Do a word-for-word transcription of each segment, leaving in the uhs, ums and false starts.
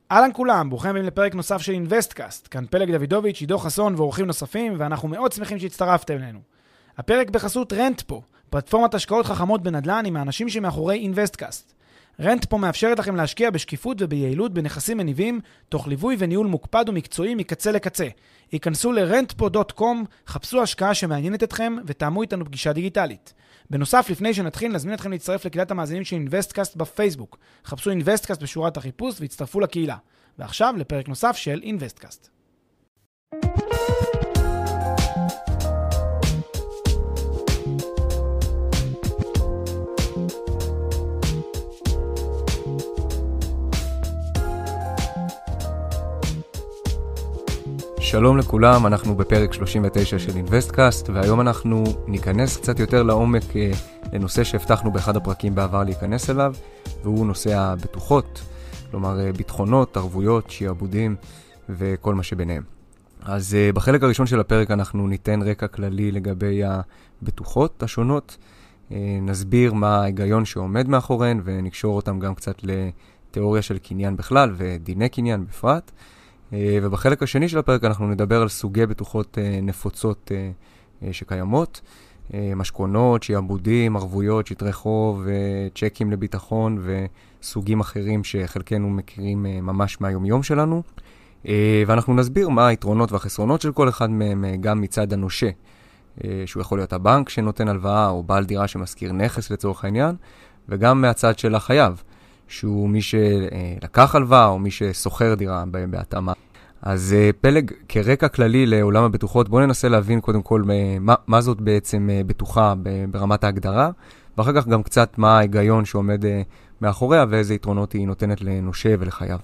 אהלן כולם, ברוכים הבאים לפרק נוסף של אינבסטקאסט. כאן פלג דוידוביץ', עידו חסון ואורחים נוספים, ואנחנו מאוד שמחים שהצטרפתם אלינו. הפרק בחסות רנטפו, פלטפורמת השקעות חכמות בנדל"ן עם האנשים שמאחורי אינבסטקאסט. רנטפו מאפשרת לכם להשקיע בשקיפות וביעילות בנכסים מניבים, תוך ליווי וניהול מוקפד ומקצועי מקצה לקצה. היכנסו ל-רנטפו דוט קום, חפשו השקעה שמעניינת אתכם ותאמו איתנו פגישה דיגיטלית. בנוסף, לפני שנתחיל, נזמין אתכם להצטרף לקהילת המאזינים של אינבסטקאסט בפייסבוק. חפשו אינבסטקאסט בשורת החיפוש והצטרפו לקהילה. ועכשיו לפרק נוסף של אינבסטקאסט. שלום לכולם, אנחנו בפרק שלושים ותשע של אינבסטקאסט, והיום אנחנו ניכנס קצת יותר לעומק לנושא שהבטחנו באחד הפרקים בעבר להיכנס אליו, והוא נושא הבטוחות, כלומר ביטחונות, ערבויות, שיעבודים וכל מה שביניהם. אז בחלק הראשון של הפרק אנחנו ניתן רקע כללי לגבי הבטוחות השונות, נסביר מה ההיגיון שעומד מאחוריהן ונקשור אותם גם קצת לתיאוריה של קניין בכלל ודיני קניין בפרט. ובחלק השני של הפרק אנחנו נדבר על סוגי בטוחות נפוצות שקיימות, משכונות, שיעבודים, ערבויות, שטרי חוב, צ'קים לביטחון וסוגים אחרים שחלקנו מכירים ממש מהיום-יום שלנו. ואנחנו נסביר מה היתרונות והחסרונות של כל אחד מהם, גם מצד הנושה, שהוא יכול להיות הבנק שנותן הלוואה או בעל דירה שמזכיר נכס לצורך העניין, וגם מהצד של החייב, שהוא מי שלקח הלוואה או מי שסוחר דירה בהתאמה. אז פלג, כרקע כללי לעולם הבטוחות, בואו ננסה להבין קודם כל מה, מה זאת בעצם בטוחה ברמת ההגדרה, ואחר כך גם קצת מה ההיגיון שעומד מאחוריה ואיזה יתרונות היא נותנת לנושה ולחייב.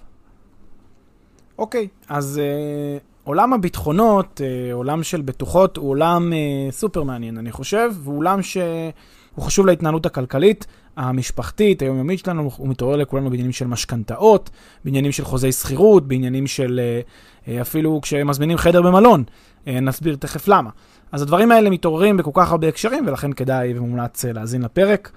אוקיי, אז אה, עולם הביטחונות, אה, עולם של בטוחות, הוא עולם אה, סופר מעניין, אני חושב, והוא עולם שהוא חשוב להתנהלות הכלכלית, המשפחתית, היומיומית שלנו. הוא מתעורר לכולנו בעניינים של משכנתאות, בעניינים של חוזי שכירות, בעניינים של אפילו כשמזמינים חדר במלון. נסביר תכף למה. אז הדברים האלה מתעוררים בכל כך הרבה הקשרים, ולכן כדאי ומומלץ להאזין לפרק.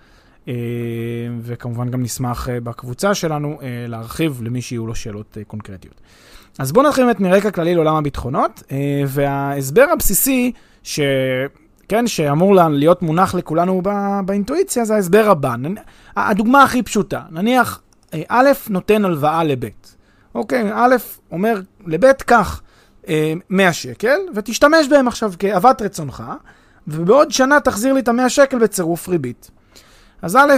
וכמובן גם נשמח בקבוצה שלנו להרחיב למי שיהיו לו שאלות קונקרטיות. אז בואו נתחיל מרקע כללי לעולם הביטחונות, וההסבר הבסיסי ש... כן, שאמור להיות מונח לכולנו בא, באינטואיציה, זה ההסבר הבא. הדוגמה הכי פשוטה, נניח, א' נותן הלוואה לב'. אוקיי, א' אומר לב' כך מאה שקל, ותשתמש בהם עכשיו כאוות רצונך, ובעוד שנה תחזיר לי את ה-מאה שקל בצירוף ריבית. אז א'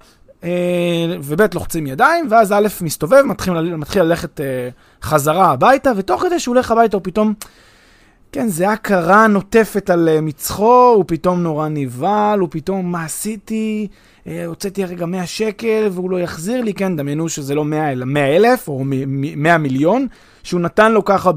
וב' לוחצים ידיים, ואז א' מסתובב, מתחיל, מתחיל ללכת חזרה הביתה, ותוך כדי שהוא הולך הביתה הוא פתאום... כן, זה הכרה נוטפת על מצחו, הוא פתאום נורא ניבל, הוא פתאום, מה עשיתי? הוצאתי הרגע מאה שקל, והוא לא יחזיר לי, כן, דמיינו שזה לא מאה, אלא מאה אלף, או מאה מיליון, שהוא נתן לו ככה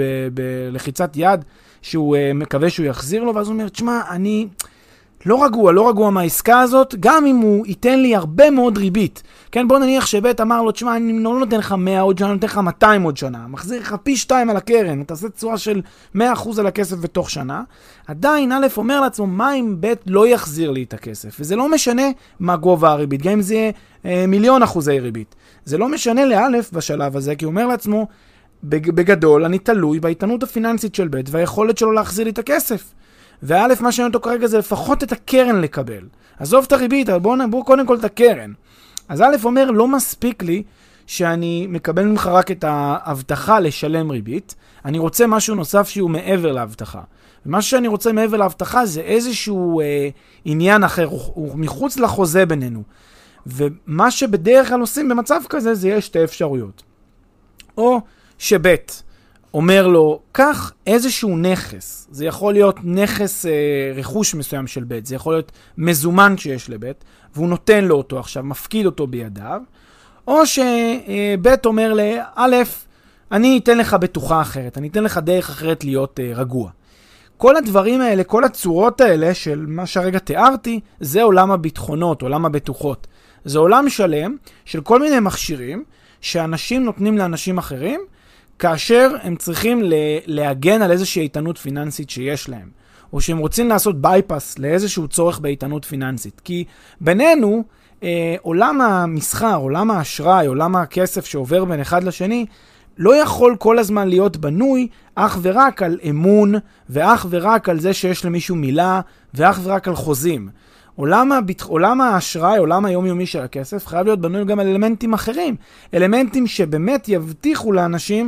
בלחיצת יד, שהוא מקווה שהוא יחזיר לו, ואז הוא אומר, תשמע, אני לא רגוע, לא רגוע מהעסקה הזאת, גם אם הוא ייתן לי הרבה מאוד ריבית. כן, בוא נניח שבית אמר לו, תשמע, אני לא נותן לך מאה עוד שנה, אני נותן לך מאתיים עוד שנה, מחזיר לך פי שתיים על הקרן, אתה עושה צורה של מאה אחוז על הכסף בתוך שנה, עדיין א' אומר לעצמו, מה אם בית לא יחזיר לי את הכסף? וזה לא משנה מה גובה הריבית, גם אם זה יהיה אה, מיליון אחוזי ריבית. זה לא משנה לאלף בשלב הזה, כי הוא אומר לעצמו, בגדול, אני תלוי בהתענות הפיננסית של בית, והיכולת שלו להחזיר לי את הכסף. וא' מה שאני אותו כרגע זה לפחות את הקרן לקבל. עזוב את הריבית, אבל בואו בוא קודם כל את הקרן. אז א' אומר, לא מספיק לי שאני מקבל ממך רק את ההבטחה לשלם ריבית, אני רוצה משהו נוסף שהוא מעבר להבטחה. ומה שאני רוצה מעבר להבטחה זה איזשהו אה, עניין אחר, הוא, הוא מחוץ לחוזה בינינו. ומה שבדרך כלל עושים במצב כזה, זה יש שתי אפשרויות. או שבית אומר לו, קח איזשהו נכס, זה יכול להיות נכס אה, רכוש מסוים של בית, זה יכול להיות מזומן שיש לבית, והוא נותן לו אותו עכשיו, מפקיד אותו בידיו, או שבית אומר לא', אני אתן לך בטוחה אחרת, אני אתן לך דרך אחרת להיות אה, רגוע. כל הדברים האלה, כל הצורות האלה של מה שהרגע תיארתי, זה עולם הביטחונות, עולם הבטוחות. זה עולם שלם של כל מיני מכשירים שאנשים נותנים לאנשים אחרים, כאשר הם צריכים להגן על איזושהי איתנות פיננסית שיש להם, או שהם רוצים לעשות בייפס לאיזשהו צורך באיתנות פיננסית. כי בינינו, אה, עולם המסחר, עולם האשראי, עולם הכסף שעובר בין אחד לשני, לא יכול כל הזמן להיות בנוי אך ורק על אמון, ואך ורק על זה שיש למישהו מילה, ואך ורק על חוזים. עולם, הביט... עולם האשראי, עולם היומיומי של הכסף, חייב להיות בנוי גם על אלמנטים אחרים. אלמנטים שבאמת יבטיחו לאנשים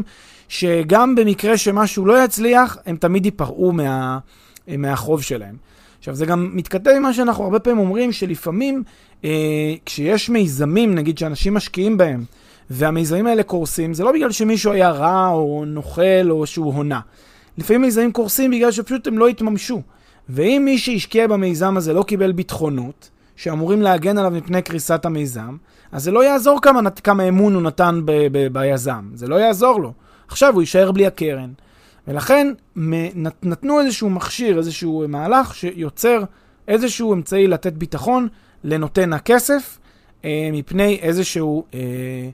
שגם במקרה שמשהו לא יצליח, הם תמיד ייפרעו מה... מהחוב שלהם. עכשיו, זה גם מתכתב עם מה שאנחנו הרבה פעמים אומרים, שלפעמים אה, כשיש מיזמים, נגיד שאנשים משקיעים בהם, והמיזמים האלה קורסים, זה לא בגלל שמישהו היה רע או נוכל או שהוא הונה. לפעמים מיזמים קורסים בגלל שפשוט הם לא התממשו. ואם מי שהשקיע במיזם הזה לא קיבל ביטחונות, שאמורים להגן עליו מפני קריסת המיזם, אז זה לא יעזור כמה, כמה אמון הוא נתן ב, ב, ביזם. זה לא יעזור לו. עכשיו הוא יישאר בלי הקרן. ולכן נתנו איזשהו מכשיר, איזשהו מהלך שיוצר איזשהו אמצעי לתת ביטחון לנותן הכסף, אה, מפני איזשהו אה,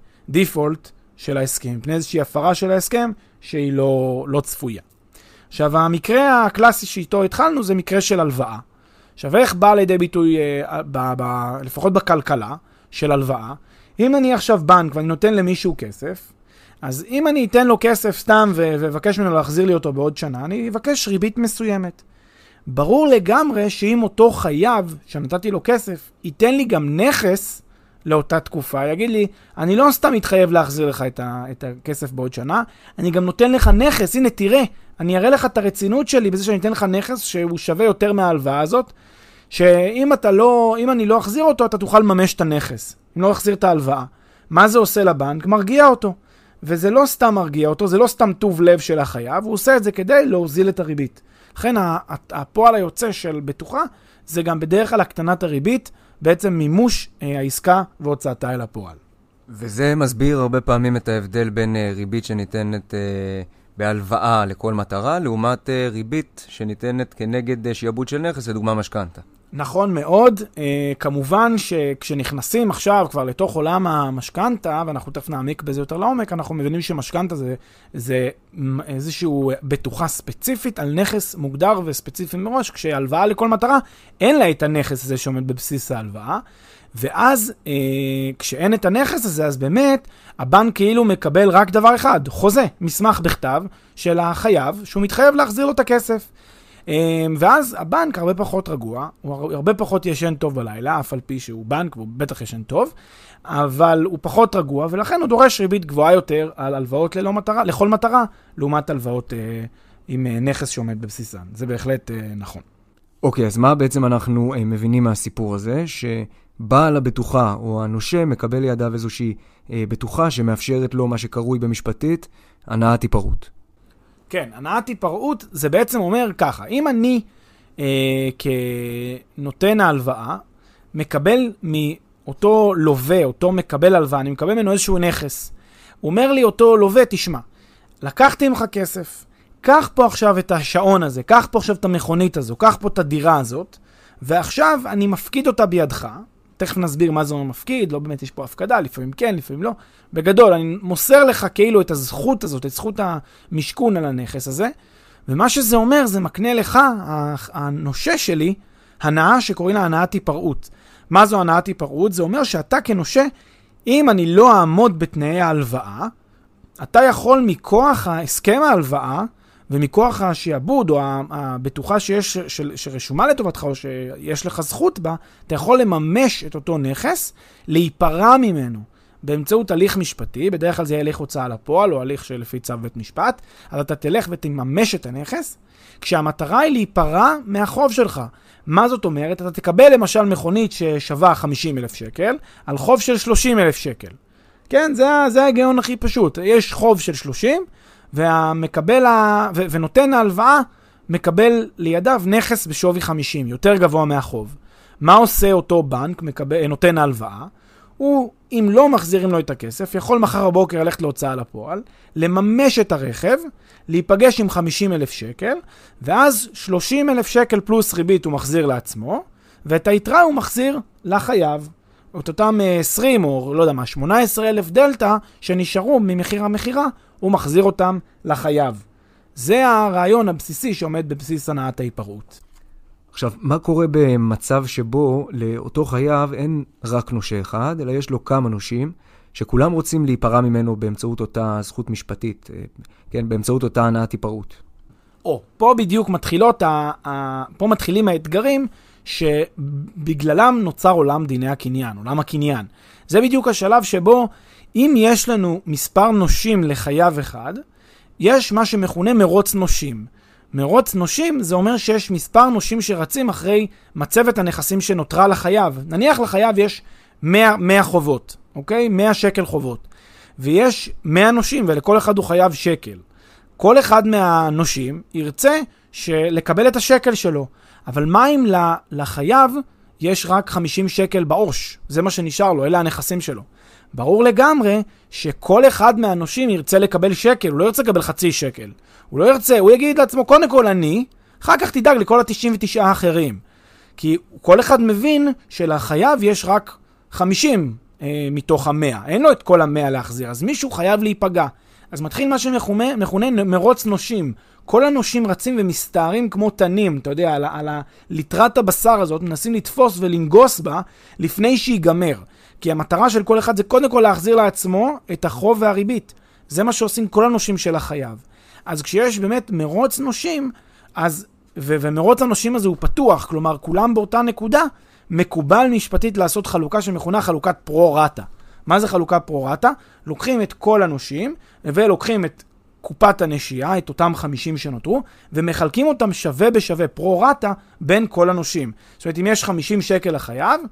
דיפולט של ההסכם, מפני איזושהי הפרה של ההסכם שהיא לא, לא צפויה. עכשיו, המקרה הקלאסי שאיתו התחלנו זה מקרה של הלוואה. עכשיו, איך בא לידי ביטוי, אה, ב, ב, לפחות בכלכלה של הלוואה? אם אני עכשיו בנק ואני נותן למישהו כסף, אז אם אני אתן לו כסף סתם ובקש ממנו להחזיר לי אותו בעוד שנה, אני אבקש ריבית מסוימת. ברור לגמרי שאם אותו חייב שנתתי לו כסף, ייתן לי גם נכס לאותה תקופה, יגיד לי, אני לא סתם מתחייב להחזיר לך את, ה- את הכסף בעוד שנה, אני גם נותן לך נכס, הנה תראה, אני אראה לך את הרצינות שלי בזה שאני אתן לך נכס שהוא שווה יותר מההלוואה הזאת, שאם אתה לא, אם אני לא אחזיר אותו, אתה תוכל לממש את הנכס, אם לא אחזיר את ההלוואה. מה זה עושה לבנק? מרגיע אותו. וזה לא סתם מרגיע אותו, זה לא סתם טוב לב של החייב, הוא עושה את זה כדי להוזיל את הריבית. לכן הפועל היוצא של בטוחה, זה גם בדרך כלל הקטנת הריבית, בעצם מימוש אה, העסקה והוצאתה אל הפועל. וזה מסביר הרבה פעמים את ההבדל בין אה, ריבית שניתנת אה, בהלוואה לכל מטרה, לעומת אה, ריבית שניתנת כנגד אה, שיעבוד של נכס, לדוגמה משכנתה. נכון מאוד, אה, כמובן שכשנכנסים עכשיו כבר לתוך עולם המשכנתה, ואנחנו תכף נעמיק בזה יותר לעומק, אנחנו מבינים שמשכנתה זה, זה איזשהו בטוחה ספציפית על נכס מוגדר וספציפי מראש, כשהלוואה לכל מטרה אין לה את הנכס הזה שעומד בבסיס ההלוואה, ואז אה, כשאין את הנכס הזה, אז באמת הבנק כאילו מקבל רק דבר אחד, חוזה, מסמך בכתב של החייב, שהוא מתחייב להחזיר לו את הכסף. ואז הבנק הרבה פחות רגוע, הוא הרבה פחות ישן טוב בלילה, אף על פי שהוא בנק והוא בטח ישן טוב, אבל הוא פחות רגוע, ולכן הוא דורש ריבית גבוהה יותר על הלוואות ללא מטרה, לכל מטרה, לעומת הלוואות אה, עם אה, נכס שעומד בבסיסן. זה בהחלט אה, נכון. אוקיי, אז מה בעצם אנחנו אה, מבינים מהסיפור הזה? שבעל הבטוחה או הנושה מקבל לידיו איזושהי אה, בטוחה שמאפשרת לו מה שקרוי במשפטית, הנעת היפרעות. כן, הנעת היפרעות זה בעצם אומר ככה, אם אני אה, כנותן ההלוואה, מקבל מאותו לווה, אותו מקבל הלוואה, אני מקבל ממנו איזשהו נכס, הוא אומר לי אותו לווה, תשמע, לקחתי ממך כסף, קח פה עכשיו את השעון הזה, קח פה עכשיו את המכונית הזו, קח פה את הדירה הזאת, ועכשיו אני מפקיד אותה בידך, תכף נסביר מה זה מפקיד, לא באמת יש פה הפקדה, לפעמים כן, לפעמים לא. בגדול, אני מוסר לך כאילו את הזכות הזאת, את זכות המשכון על הנכס הזה, ומה שזה אומר, זה מקנה לך, הנושה שלי, הנאה שקוראים לה הנאת היפרעות. מה זו הנאת היפרעות? זה אומר שאתה כנושה, אם אני לא אעמוד בתנאי ההלוואה, אתה יכול מכוח ההסכם ההלוואה, ומכוח השיעבוד או הבטוחה שיש, של, שרשומה לטובתך או שיש לך זכות בה, אתה יכול לממש את אותו נכס, להיפרע ממנו באמצעות הליך משפטי, בדרך כלל זה יהיה הליך הוצאה לפועל או הליך שלפי צו בית משפט, אז אתה תלך ותממש את הנכס, כשהמטרה היא להיפרע מהחוב שלך. מה זאת אומרת? אתה תקבל למשל מכונית ששווה חמישים אלף שקל, על חוב של שלושים אלף שקל. כן, זה, זה ההיגיון הכי פשוט. יש חוב של שלושים, והמקבל ה... ו... ונותן ההלוואה מקבל לידיו נכס בשווי חמישים, יותר גבוה מהחוב. מה עושה אותו בנק, מקבל... נותן ההלוואה? הוא, אם לא מחזירים לו את הכסף, יכול מחר הבוקר ללכת להוצאה לפועל, לממש את הרכב, להיפגש עם חמישים אלף שקל, ואז שלושים אלף שקל פלוס ריבית הוא מחזיר לעצמו, ואת היתרה הוא מחזיר לחייב. את אותם עשרים או לא יודע מה, שמונה עשרה אלף דלטה שנשארו ממחיר המחירה, הוא מחזיר אותם לחייב. זה הרעיון הבסיסי שעומד בבסיס הנעת ההיפרעות. עכשיו, מה קורה במצב שבו לאותו חייב אין רק נושה אחד, אלא יש לו כמה נושים, שכולם רוצים להיפרע ממנו באמצעות אותה זכות משפטית, כן, באמצעות אותה הנעת היפרעות. או, פה בדיוק מתחילות, ה, ה, פה מתחילים האתגרים שבגללם נוצר עולם דיני הקניין, עולם הקניין. זה בדיוק השלב שבו, אם יש לנו מספר נושים לחייב אחד, יש מה שמכונה מרוץ נושים. מרוץ נושים זה אומר שיש מספר נושים שרצים אחרי מצבת הנכסים שנותרה לחייב. נניח לחייב יש מאה, מאה חובות, אוקיי? מאה שקל חובות. ויש מאה נושים ולכל אחד הוא חייב שקל. כל אחד מהנושים ירצה לקבל את השקל שלו. אבל מה אם לחייב יש רק חמישים שקל בעו"ש? זה מה שנשאר לו, אלה הנכסים שלו. ברור לגמרי שכל אחד מהנושים ירצה לקבל שקל, הוא לא ירצה לקבל חצי שקל. הוא לא ירצה, הוא יגיד לעצמו, קודם כל אני, אחר כך תדאג לכל ה-תשעים ותשעה האחרים. כי כל אחד מבין שלחייב יש רק חמישים אה, מתוך ה-מאה. אין לו את כל ה-מאה להחזיר, אז מישהו חייב להיפגע. אז מתחיל מה שמכונה מכונה מרוץ נושים. כל הנושים רצים ומסתערים כמו תנים, אתה יודע, על, על ליטרת הבשר הזאת, מנסים לתפוס ולנגוס בה לפני שיגמר. כי המטרה של כל אחד זה קודם כל להחזיר לעצמו את החוב והריבית. זה מה שעושים כל הנושים של החייב. אז כשיש באמת מרוץ נושים, אז, ו- ומרוץ הנושים הזה הוא פתוח, כלומר כולם באותה נקודה, מקובל משפטית לעשות חלוקה שמכונה חלוקת פרו-רטה. מה זה חלוקה פרו-רטה? לוקחים את כל הנושים, ולוקחים את קופת הנשייה, את אותם חמישים שנותרו, ומחלקים אותם שווה בשווה פרו-רטה בין כל הנושים. זאת אומרת, אם יש חמישים שקל לחייב,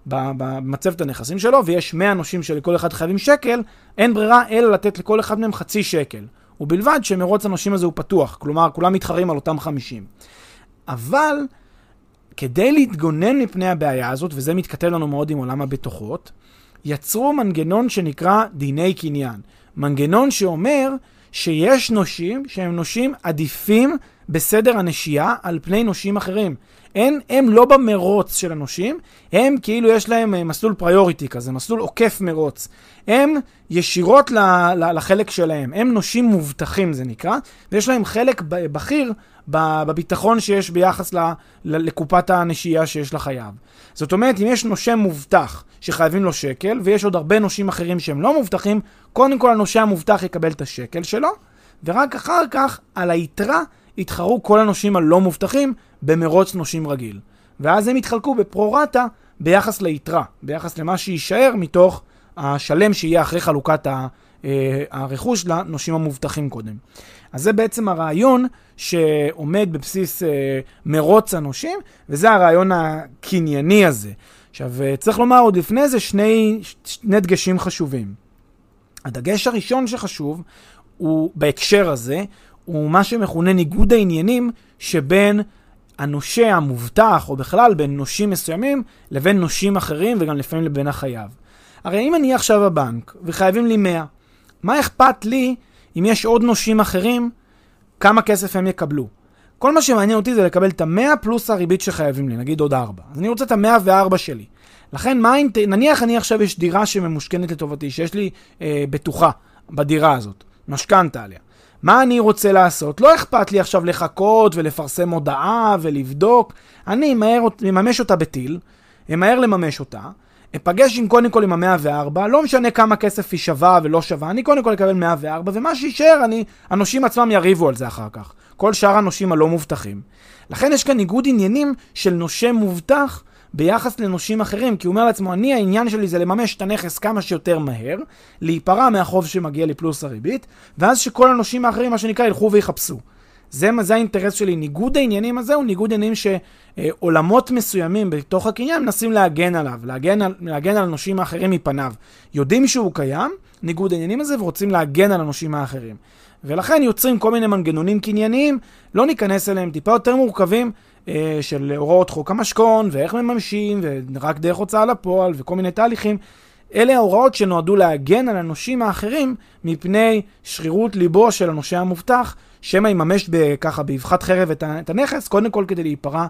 במצבת הנכסים שלו, ויש מאה נושים שלכל אחד חייבים שקל, אין ברירה אלא לתת לכל אחד מהם חצי שקל. ובלבד שמרוץ הנושים הזה הוא פתוח, כלומר, כולם מתחרים על אותם חמישים. אבל, כדי להתגונן מפני הבעיה הזאת, וזה מתכתב לנו מאוד עם עולם הבטוחות, יצרו מנגנון שנקרא דיני קניין. מנגנון שאומר שיש נושים שהם נושים עדיפים בסדר הנשייה על פני נושים אחרים. הם, הם לא במרוץ של הנושים, הם כאילו יש להם מסלול פריוריטי כזה, מסלול עוקף מרוץ. הם ישירות ל, ל, לחלק שלהם, הם נושים מובטחים זה נקרא, ויש להם חלק בכיר בביטחון שיש ביחס ל, ל, לקופת הנשייה שיש לחייב. זאת אומרת, אם יש נושה מובטח שחייבים לו שקל, ויש עוד הרבה נושים אחרים שהם לא מובטחים, קודם כל הנושה המובטח יקבל את השקל שלו, ורק אחר כך על היתרה יתחרו כל הנושים הלא מובטחים במרוץ נושים רגיל. ואז הם יתחלקו בפרו-רטה ביחס ליתרה, ביחס למה שישאר מתוך השלם שיהיה אחרי חלוקת הרכוש לנושים המובטחים קודם. אז זה בעצם הרעיון שעומד בבסיס מרוץ הנושים, וזה הרעיון הקנייני הזה. עכשיו, צריך לומר עוד לפני זה שני, שני דגשים חשובים. הדגש הראשון שחשוב הוא בהקשר הזה, הוא מה שמכונה ניגוד העניינים שבין הנושה המובטח, או בכלל בין נושים מסוימים, לבין נושים אחרים, וגם לפעמים לבין החייב. הרי אם אני עכשיו בבנק, וחייבים לי מאה, מה אכפת לי אם יש עוד נושים אחרים, כמה כסף הם יקבלו? כל מה שמעניין אותי זה לקבל את המאה פלוס הריבית שחייבים לי, נגיד עוד ארבע. אז אני רוצה את המאה וארבע שלי. לכן, מה, נניח אני עכשיו יש דירה שממושכנת לטובתי, שיש לי אה, בטוחה בדירה הזאת, משכנתה עליה. מה אני רוצה לעשות? לא אכפת לי עכשיו לחכות ולפרסם הודעה ולבדוק. אני ממש אותה בטיל, אמהר לממש אותה, אפגש עם קודם כל עם המאה וארבע, לא משנה כמה כסף היא שווה ולא שווה, אני קודם כל אקבל מאה וארבע, ומה שישאר, אני, הנושים עצמם יריבו על זה אחר כך. כל שאר הנושים הלא מובטחים. לכן יש כאן ניגוד עניינים של נושה מובטח ביחס לנושים אחרים, כי הוא אומר לעצמו, אני העניין שלי זה לממש את הנכס כמה שיותר מהר, להיפרע מהחוב שמגיע לי פלוס הריבית, ואז שכל הנושים האחרים, מה שנקרא, ילכו ויחפשו. זה, זה האינטרס שלי. ניגוד העניינים הזה הוא ניגוד עניינים שעולמות מסוימים בתוך הקניין מנסים להגן עליו, להגן על, להגן על הנושים האחרים מפניו. יודעים שהוא קיים, ניגוד העניינים הזה, ורוצים להגן על הנושים האחרים. ולכן יוצרים כל מיני מנגנונים קנייניים, לא ניכנס אליהם, טיפה יותר מורכבים, אה, של הוראות חוק המשכון, ואיך מממשים, ורק דרך הוצאה לפועל, וכל מיני תהליכים. אלה ההוראות שנועדו להגן על הנושים האחרים, מפני שרירות ליבו של הנושה המובטח, שמה יממש ככה באבחת חרב את הנכס, קודם כל כדי להיפרע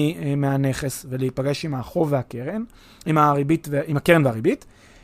מהנכס, ולהיפגש עם החוב והקרן, עם הריבית, עם הקרן והריבית.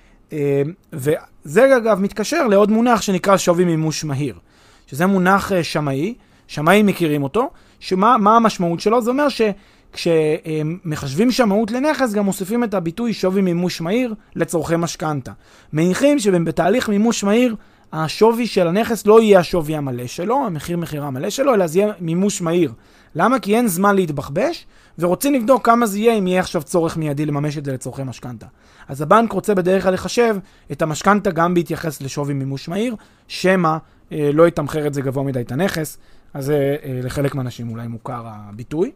וזה אגב מתקשר לעוד מונח שנקרא שווי מימוש מהיר, שזה מונח שמאי, שמאים מכירים אותו, שמה מה המשמעות שלו? זה אומר כשמחשבים שמאות לנכס, גם מוסיפים את הביטוי שווי מימוש מהיר לצורכי משכנתה. מניחים שבתהליך מימוש מהיר, השווי של הנכס לא יהיה השווי המלא שלו, המחיר מחירה המלא שלו, אלא זה יהיה מימוש מהיר. למה? כי אין זמן להתבחבש, ורוצים לבדוק כמה זה יהיה אם יהיה עכשיו צורך מיידי לממש את זה לצורכי משכנתה. אז הבנק רוצה בדרך כלל לחשב את המשכנתה גם בהתייחס לשווי מימוש מהיר, שמה אה, לא יתמחר את זה גבוה מדי את הנכס, אז אה, אה, לחלק מהאנשים אולי מוכר הביטוי.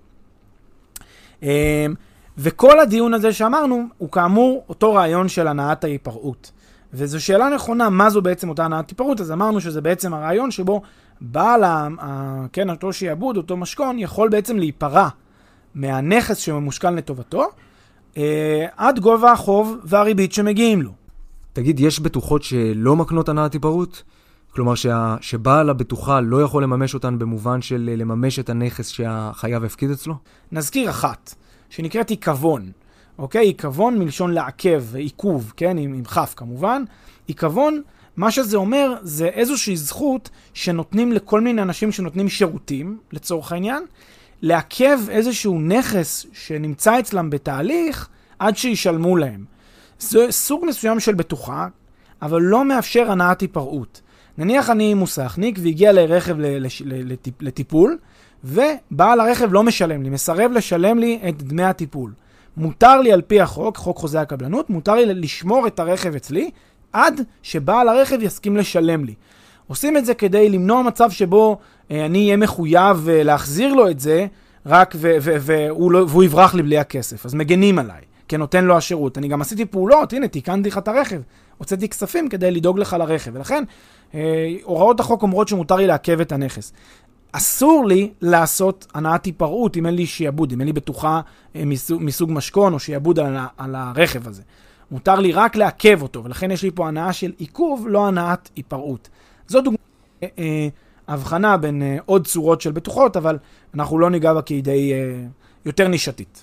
אה, וכל הדיון הזה שאמרנו, הוא כאמור אותו רעיון של הנעת ההיפרעות. וזו שאלה נכונה, מה זו בעצם אותה הנעת היפרעות? אז אמרנו שזה בעצם הרעיון שבו בעל, ה, ה, כן, אותו שיעבוד, אותו משכון, יכול בעצם להיפרע מהנכס שממושכן לטובתו, אה, עד גובה החוב והריבית שמגיעים לו. תגיד, יש בטוחות שלא מקנות הנעת היפרעות? כלומר, שה, שבעל הבטוחה לא יכול לממש אותן במובן של לממש את הנכס שהחייב הפקיד אצלו? נזכיר אחת, שנקראת עיכבון. אוקיי? עיכבון מלשון לעכב, עיכוב, כן? עם, עם חף כמובן. עיכבון, מה שזה אומר, זה איזושהי זכות שנותנים לכל מיני אנשים שנותנים שירותים, לצורך העניין, לעכב איזשהו נכס שנמצא אצלם בתהליך, עד שישלמו להם. זה סוג מסוים של בטוחה, אבל לא מאפשר הנעת היפרעות. נניח אני מוסכניק והגיע לרכב לטיפול, ובעל הרכב לא משלם לי, מסרב לשלם לי את דמי הטיפול. מותר לי על פי החוק, חוק חוזה הקבלנות, מותר לי לשמור את הרכב אצלי, עד שבעל הרכב יסכים לשלם לי. עושים את זה כדי למנוע מצב שבו אה, אני אהיה מחויב אה, להחזיר לו את זה, רק ו- ו- והוא, לא, והוא יברח לי בלי הכסף. אז מגנים עליי, כי נותן לו השירות. אני גם עשיתי פעולות, הנה, תיקנתי לך את הרכב. הוצאתי כספים כדי לדאוג לך לרכב. ולכן, אה, הוראות החוק אומרות שמותר לי לעכב את הנכס. אסור לי לעשות הנעת היפרעות אם אין לי שיעבוד, אם אין לי בטוחה אה, מסוג, מסוג משכון או שיעבוד על, על הרכב הזה. מותר לי רק לעכב אותו, ולכן יש לי פה הנעה של עיכוב, לא הנעת היפרעות. זו דוגמה, אה, אה, הבחנה בין אה, עוד צורות של בטוחות, אבל אנחנו לא ניגע בה כדי אה, יותר נישתית.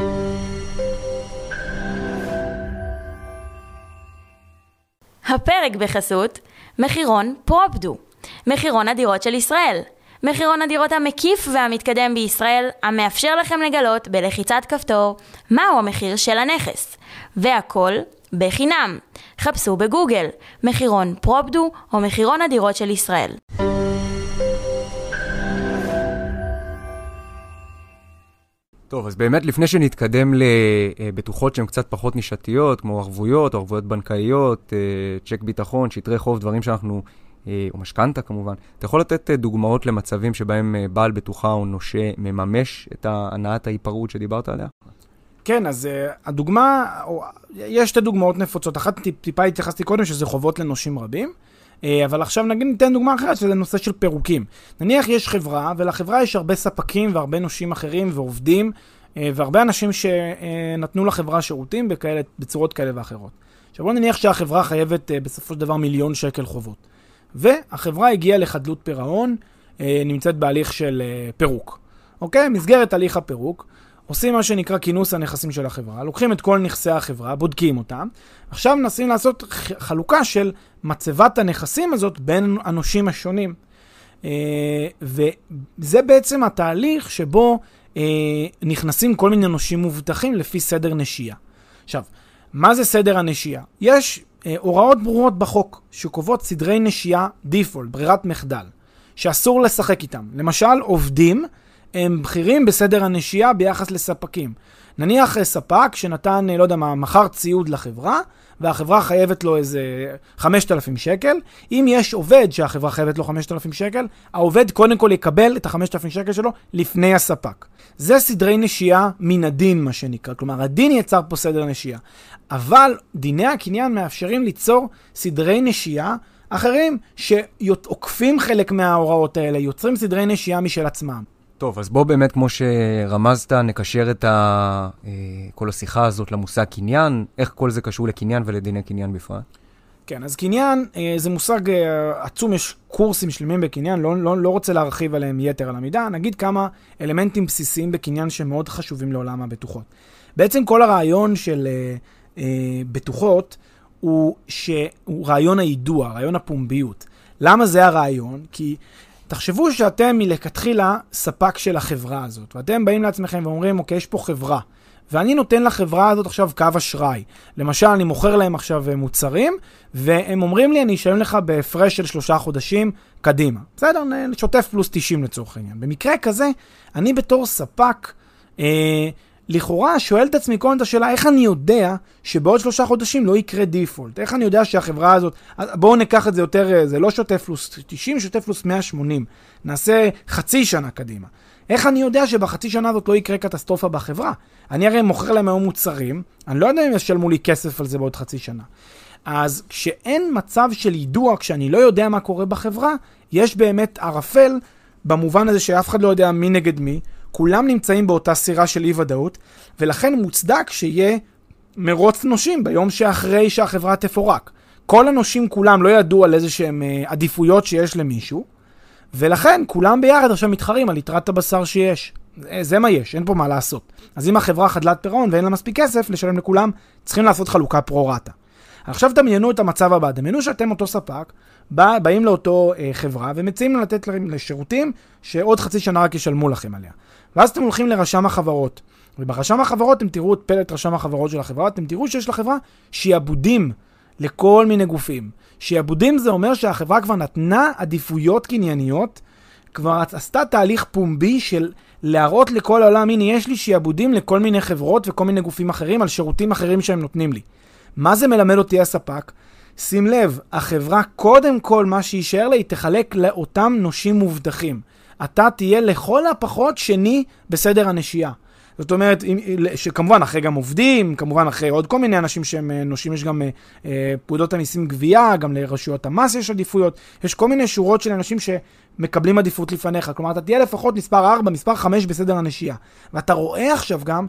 הפרק בחסות מחירון פרופדו, מחירון הדירות של ישראל. מחירון הדירות המקיף והמתקדם בישראל, המאפשר לכם לגלות בלחיצת כפתור מהו המחיר של הנכס. והכל בחינם. חפשו בגוגל, מחירון פרופדו או מחירון הדירות של ישראל. טוב, אז באמת לפני שנתקדם לבטוחות שהן קצת פחות נישתיות, כמו ערבויות, ערבויות בנקאיות, צ'ק ביטחון, שטרי חוב, דברים שאנחנו, או משכנתה כמובן, אתה יכול לתת דוגמאות למצבים שבהם בעל בטוחה או נושה מממש את הנעת ההיפרעות שדיברת עליה? כן, אז uh, הדוגמה, או, יש שתי דוגמאות נפוצות. אחת טיפ, טיפה התייחסתי קודם שזה חובות לנושים רבים, uh, אבל עכשיו נגיד ניתן דוגמה אחרת שזה נושא של פירוקים. נניח יש חברה, ולחברה יש הרבה ספקים והרבה נושים אחרים ועובדים, uh, והרבה אנשים שנתנו לחברה שירותים בכאלה, בצורות כאלה ואחרות. עכשיו בוא נניח שהחברה חייבת uh, בסופו של דבר מיליון שקל חובות. והחברה הגיעה לחדלות פירעון, uh, נמצאת בהליך של uh, פירוק. אוקיי? מסגרת הליך הפירוק. עושים מה שנקרא כינוס הנכסים של החברה, לוקחים את כל נכסי החברה, בודקים אותם, עכשיו מנסים לעשות חלוקה של מצבת הנכסים הזאת בין הנושים השונים. וזה בעצם התהליך שבו נכנסים כל מיני נושים מובטחים לפי סדר נשייה. עכשיו, מה זה סדר הנשייה? יש הוראות ברורות בחוק שקובעות סדרי נשייה דיפולט, ברירת מחדל, שאסור לשחק איתם. למשל, עובדים הם בכירים בסדר הנשייה ביחס לספקים. נניח ספק שנתן, לא יודע מה, מחר ציוד לחברה, והחברה חייבת לו איזה חמשת אלפים שקל. אם יש עובד שהחברה חייבת לו חמשת אלפים שקל, העובד קודם כל יקבל את ה-חמשת אלפים שקל שלו לפני הספק. זה סדרי נשייה מן הדין, מה שנקרא. כלומר, הדין יצר פה סדר נשייה. אבל דיני הקניין מאפשרים ליצור סדרי נשייה אחרים שעוקפים חלק מההוראות האלה, יוצרים סדרי נשייה משל עצמם. טוב, אז בוא באמת, כמו שרמזת, נקשר את ה... כל השיחה הזאת למושג קניין. איך כל זה קשור לקניין ולדיני קניין בפרט? כן, אז קניין זה מושג עצום, יש קורסים שלמים בקניין, לא, לא, לא רוצה להרחיב עליהם יתר על המידה. נגיד כמה אלמנטים בסיסיים בקניין שמאוד חשובים לעולם הבטוחות. בעצם כל הרעיון של אה, בטוחות הוא, ש... הוא רעיון הידוע, רעיון הפומביות. למה זה הרעיון? כי תחשבו שאתם מלכתחילה ספק של החברה הזאת, ואתם באים לעצמכם ואומרים, אוקיי, יש פה חברה, ואני נותן לחברה הזאת עכשיו קו אשראי. למשל, אני מוכר להם עכשיו מוצרים, והם אומרים לי, אני אשלם לך בהפרש של שלושה חודשים קדימה. בסדר? שוטף פלוס תשעים לצורך העניין. במקרה כזה, אני בתור ספק, אה, לכאורה שואל את עצמי כל את השאלה, איך אני יודע שבעוד שלושה חודשים לא יקרה דיפולט? איך אני יודע שהחברה הזאת, בואו ניקח את זה יותר, זה לא שוטף פלוס תשעים, שוטף פלוס מאה ושמונים. נעשה חצי שנה קדימה. איך אני יודע שבחצי שנה הזאת לא יקרה קטסטרופה בחברה? אני הרי מוכר להם היום מוצרים, אני לא יודע אם ישלמו לי כסף על זה בעוד חצי שנה. אז כשאין מצב של יידוע, כשאני לא יודע מה קורה בחברה, יש באמת ערפל במובן הזה שאף אחד לא יודע מי נגד מי, כולם נמצאים באותה סירה של אי ודאות, ולכן מוצדק שיהיה מרוץ נושים ביום שאחרי שהחברה תפורק. כל הנושים כולם לא ידעו על איזה שהם עדיפויות שיש למישהו, ולכן כולם ביחד עכשיו מתחרים על יתרת הבשר שיש. זה מה יש, אין פה מה לעשות. אז אם החברה חדלת פירעון ואין לה מספיק כסף לשלם לכולם, צריכים לעשות חלוקה פרו-רטה. עכשיו דמיינו את המצב הבא, דמיינו שאתם אותו ספק, בא, באים לאותו אה, חברה ומציעים לתת להם לשירותים שעוד חצי שנה רק ישלמו לכם עליה. ואז אתם הולכים לרשם החברות, וברשם החברות אתם תראו את פלט רשם החברות של החברה, אתם תראו שיש לחברה שיעבודים לכל מיני גופים. שיעבודים זה אומר שהחברה כבר נתנה עדיפויות קנייניות, כבר עשתה תהליך פומבי של להראות לכל העולם, הנה יש לי שיעבודים לכל מיני חברות וכל מיני גופים אחרים על שירותים אחרים שהם נותנים לי. מה זה מלמד אותי הספק? שים לב, החברה קודם כל מה שישאר לה היא תחלק לאותם נושים מובטחים. אתה תהיה לכל הפחות שני בסדר הנשייה. זאת אומרת, שכמובן אחרי גם עובדים, כמובן אחרי עוד כל מיני אנשים שהם נושים, יש גם אה, פקודות המיסים גבייה, גם לרשויות המס יש עדיפויות, יש כל מיני שורות של אנשים שמקבלים עדיפות לפניך, כלומר אתה תהיה לפחות מספר ארבע, מספר חמש בסדר הנשייה. ואתה רואה עכשיו גם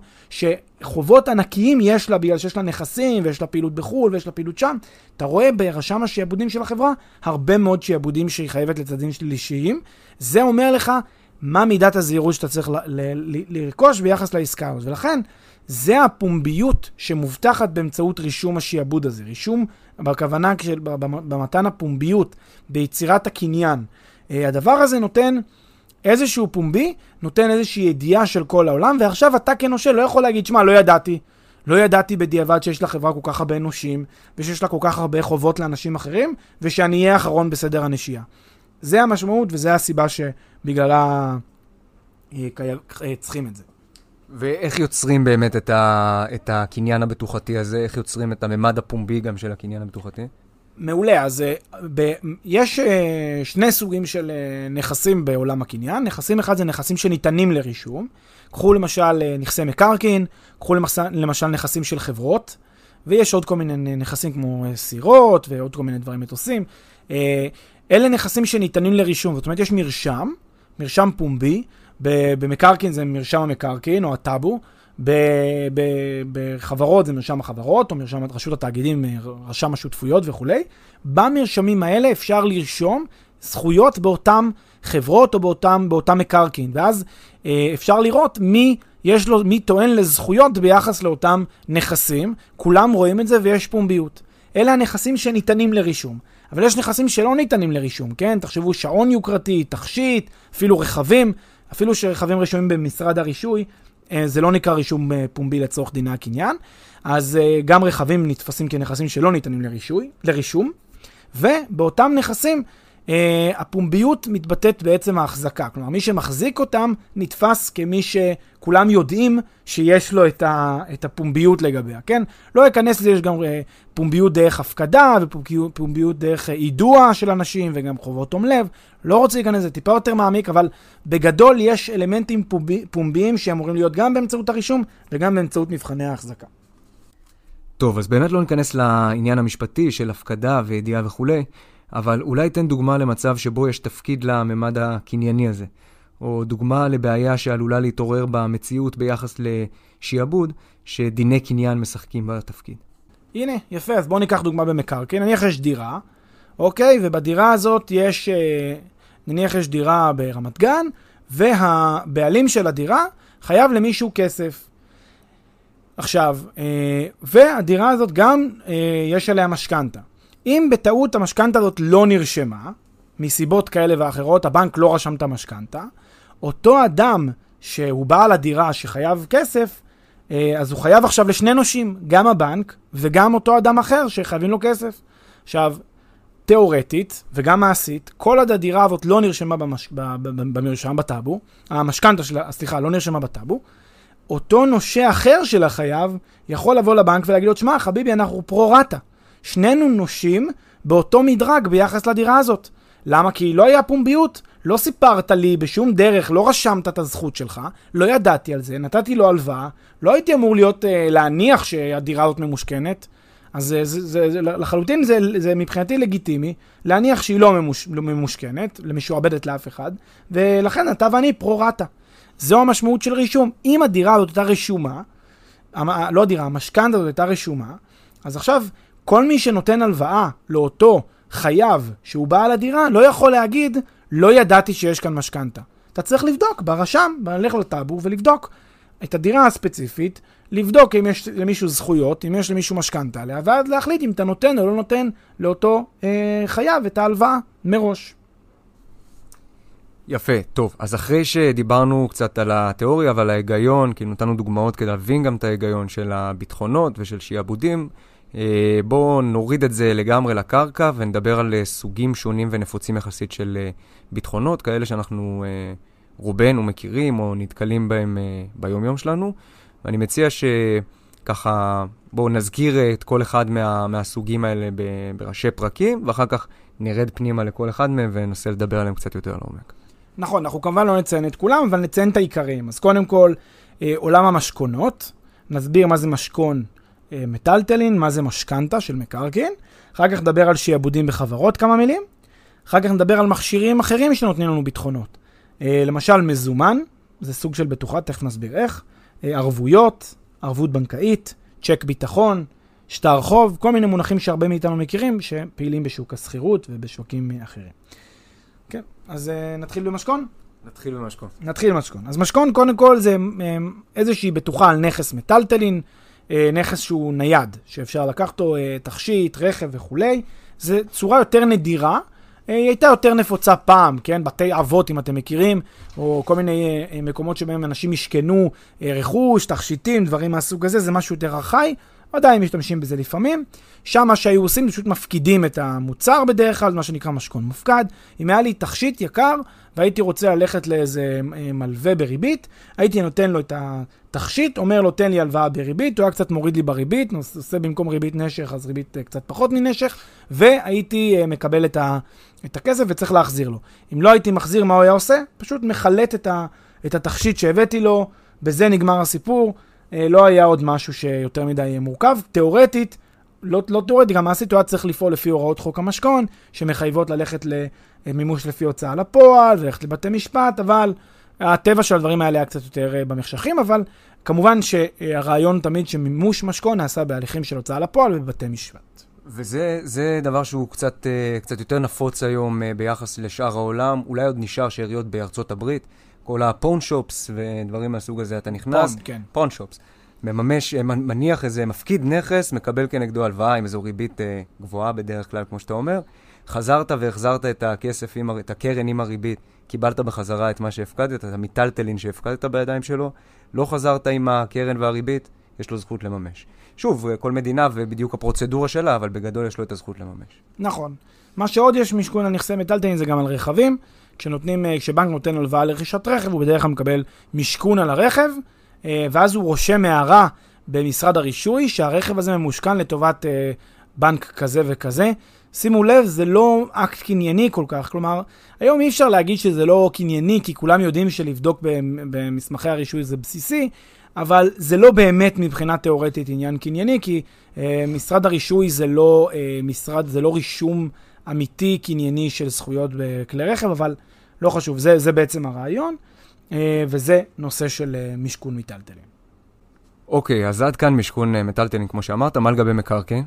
שחובות ענקיים יש לה, בגלל שיש לה נכסים ויש לה פעילות בחול ויש לה פעילות שם, אתה רואה ברשם השיעבודים של החברה הרבה מאוד שיעבודים שהיא חייבת לצדדים שלישיים, זה אומר לך מה מידת הזהירות שאתה צריך ל- ל- ל- לרכוש ביחס לעסקה הזאת. ולכן, זה הפומביות שמובטחת באמצעות רישום השיעבוד הזה. רישום, בכוונה, של, במתן הפומביות, ביצירת הקניין. הדבר הזה נותן איזשהו פומבי, נותן איזושהי ידיעה של כל העולם, ועכשיו אתה כנושה לא יכול להגיד, שמה, לא ידעתי. לא ידעתי בדיעבד שיש לחברה כל כך הרבה נושים, ושיש לה כל כך הרבה חובות לאנשים אחרים, ושאני אהיה האחרון בסדר הנשייה. זה המשמעות, וזה הסיבה שבגללה צריכים את זה. ואיך יוצרים באמת את, ה... את הקניין הבטוחתי הזה? איך יוצרים את הממד הפומבי גם של הקניין הבטוחתי? מעולה, אז ב... יש שני סוגים של נכסים בעולם הקניין. נכסים אחד זה נכסים שניתנים לרישום. קחו למשל נכסי מקרקעין, קחו למשל נכסים של חברות, ויש עוד כל מיני נכסים כמו סירות, ועוד כל מיני דברים מטוסים. אלה נכסים שניתנים לרישום, זאת אומרת יש מרשם, מרשם פומבי, במקרקעין זה מרשם המקרקעין או הטאבו, בחברות זה מרשם החברות או מרשם רשות התאגידים, רשם השותפויות וכו'. במרשמים האלה אפשר לרשום זכויות באותם חברות או באותם, באותם מקרקעין, ואז אפשר לראות מי יש לו, מי טוען לזכויות ביחס לאותם נכסים, כולם רואים את זה ויש פומביות. אלה הנכסים שניתנים לרישום. אבל יש נכסים שלא ניתנים לרישום, כן? תחשבו שעון יוקרתי, תכשיט, אפילו רכבים, אפילו שרכבים רשומים במשרד הרישוי, זה לא נקרא רישום פומבי לצורך דיני הקניין, אז גם רכבים נתפסים כנכסים שלא ניתנים לרישוי, לרישום, ובאותם נכסים הפומביות מתבטאת בעצם ההחזקה. כלומר, מי שמחזיק אותם נתפס כמי שכולם יודעים שיש לו את, ה, את הפומביות לגביה, כן? לא ייכנס לזה, יש גם פומביות דרך הפקדה ופומביות דרך יידוע של אנשים וגם חובות תום לב. לא רוצה להיכנס לזה טיפה יותר מעמיק, אבל בגדול יש אלמנטים פומבי, פומביים שאמורים להיות גם באמצעות הרישום וגם באמצעות מבחני ההחזקה. טוב, אז באמת לא ניכנס לעניין המשפטי של הפקדה וידיעה וכו', אבל אולי תן דוגמה למצב שבו יש תפקיד לממד הקנייני הזה, או דוגמה לבעיה שעלולה להתעורר במציאות ביחס לשיעבוד, שדיני קניין משחקים בתפקיד. הנה, יפה, אז בואו ניקח דוגמה במקרקעין. נניח יש דירה, אוקיי, ובדירה הזאת יש, נניח יש דירה ברמת גן, והבעלים של הדירה חייב למישהו כסף. עכשיו, והדירה הזאת גם יש עליה משכנתה. אם בטעות המשכנתה הזאת לא נרשמה, מסיבות כאלה ואחרות, הבנק לא רשם את המשכנתה, אותו אדם שהוא בעל הדירה שחייב כסף, אז הוא חייב עכשיו לשני נושים, גם הבנק וגם אותו אדם אחר שחייבים לו כסף. עכשיו, תיאורטית וגם מעשית, כל עד הדירה הזאת לא נרשמה במש... במרשם בטאבו, המשכנתה שלה, סליחה, לא נרשמה בטאבו, אותו נושה אחר של החייב יכול לבוא לבנק ולהגיד לו, שמע, חביבי, אנחנו פרו-רטה. שנינו נושים באותו מדרג ביחס לדירה הזאת. למה? כי לא היה פומביות, לא סיפרת לי בשום דרך, לא רשמת את הזכות שלך, לא ידעתי על זה, נתתי לו הלוואה, לא הייתי אמור להיות, אה, להניח שהדירה הזאת ממושכנת, אז זה, זה, זה, זה, לחלוטין זה, זה מבחינתי לגיטימי, להניח שהיא לא, ממוש, לא ממושכנת, למשועבדת לאף אחד, ולכן אתה ואני פרו-רטה. זו המשמעות של רישום. אם הדירה הזאת הייתה רשומה, לא הדירה, המשכנתה הזאת הייתה רשומה, אז עכשיו כל מי שנותן הלוואה לאותו חייב שהוא בעל הדירה, לא יכול להגיד, לא ידעתי שיש כאן משכנתה. אתה צריך לבדוק ברשם, ללכת לטאבו ולבדוק את הדירה הספציפית, לבדוק אם יש למישהו זכויות, אם יש למישהו משכנתה עליה, ואז להחליט אם אתה נותן או לא נותן לאותו אה, חייב את ההלוואה מראש. יפה, טוב. אז אחרי שדיברנו קצת על התיאוריה ועל ההיגיון, כי נתנו דוגמאות כדי להבין גם את ההיגיון של הביטחונות ושל שיעבודים, בואו נוריד את זה לגמרי לקרקע ונדבר על סוגים שונים ונפוצים יחסית של ביטחונות, כאלה שאנחנו רובנו מכירים או נתקלים בהם ביום יום שלנו. ואני מציע שככה בואו נזכיר את כל אחד מה, מהסוגים האלה בראשי פרקים, ואחר כך נרד פנימה לכל אחד מהם וננסה לדבר עליהם קצת יותר לעומק. נכון, אנחנו כמובן לא נציין את כולם, אבל נציין את העיקרים. אז קודם כל, עולם המשכונות, נסביר מה זה משכון מטלטלין, מה זה משכנתה של מקרקעין, אחר כך נדבר על שיעבודים בחברות כמה מילים, אחר כך נדבר על מכשירים אחרים שנותנים לנו ביטחונות. למשל מזומן, זה סוג של בטוחה, תכף נסביר איך, ערבויות, ערבות בנקאית, צ'ק ביטחון, שטר חוב, כל מיני מונחים שהרבה מאיתנו מכירים, שפעילים בשוק הסחירות ובשווקים אחרים. כן, אז נתחיל במשכון? נתחיל במשכון. נתחיל במשכון. אז משכון קודם כל זה איזושהי בטוחה על נכס מטלטלין, נכס שהוא נייד, שאפשר לקחת אותו תכשיט, רכב וכו'. זה צורה יותר נדירה, היא הייתה יותר נפוצה פעם, כן? בתי אבות אם אתם מכירים, או כל מיני מקומות שבהם אנשים ישכנו רכוש, תכשיטים, דברים מהסוג הזה, זה משהו יותר ארכאי, עדיין משתמשים בזה לפעמים. שם מה שהיו עושים, פשוט מפקידים את המוצר בדרך כלל, מה שנקרא משכון מופקד. אם היה לי תכשיט יקר, והייתי רוצה ללכת לאיזה מלווה בריבית, הייתי נותן לו את התכשיט, אומר לו תן לי הלוואה בריבית, הוא היה קצת מוריד לי בריבית, עושה במקום ריבית נשך, אז ריבית קצת פחות מנשך, והייתי מקבל את, ה, את הכסף וצריך להחזיר לו. אם לא הייתי מחזיר, מה הוא היה עושה? פשוט מחלט את, ה, את התכשיט שהבאתי לו, בזה נגמר הסיפור, לא היה עוד משהו שיותר מדי מורכב. תיאורטית, לא, לא תיאורטית, גם הסיטואציה צריך לפעול לפי הוראות חוק המשכון, שמחייבות ללכת למימוש לפי הוצאה לפועל, וללכת לבתי משפט, אבל הטבע של הדברים האלה היה קצת יותר במחשכים, אבל כמובן שהרעיון תמיד שמימוש משכון נעשה בהליכים של הוצאה לפועל ובבתי משפט. וזה זה דבר שהוא קצת, קצת יותר נפוץ היום ביחס לשאר העולם, אולי עוד נשאר שאריות בארצות הברית, כל הפון שופס ודברים מהסוג הזה, אתה נכנס, פון, כן. פון שופס, מממש, מניח איזה מפקיד נכס, מקבל כנגדו הלוואה עם איזו ריבית אה, גבוהה בדרך כלל, כמו שאתה אומר, חזרת והחזרת את הכסף, עם, את הקרן עם הריבית, קיבלת בחזרה את מה שהפקדת, את המיטלטלין שהפקדת בידיים שלו, לא חזרת עם הקרן והריבית, יש לו זכות לממש. שוב, כל מדינה ובדיוק הפרוצדורה שלה, אבל בגדול יש לו את הזכות לממש. נכון. מה שעוד יש משכון על נכסי מיטלטלין זה גם על רכבים, כשנותנים, כשבנק נותן הלוואה לרכישת רכב, הוא בדרך כלל מקבל משכון על הרכב, ואז הוא רושם הערה במשרד הרישוי שהרכב הזה ממושכן לטובת בנק כזה וכזה. שימו לב, זה לא אקט קנייני כל כך, כלומר, היום אי אפשר להגיד שזה לא קנייני, כי כולם יודעים שלבדוק במסמכי הרישוי זה בסיסי, אבל זה לא באמת מבחינה תיאורטית עניין קנייני, כי משרד הרישוי זה לא משרד, זה לא רישום אמיתי קנייני של זכויות בכלי רכב, אבל לא חשוב, זה, זה בעצם הרעיון, וזה נושא של משכון מיטלטלין. אוקיי, אז עד כאן משכון מיטלטלין, כמו שאמרת, מה לגבי מקרקעין?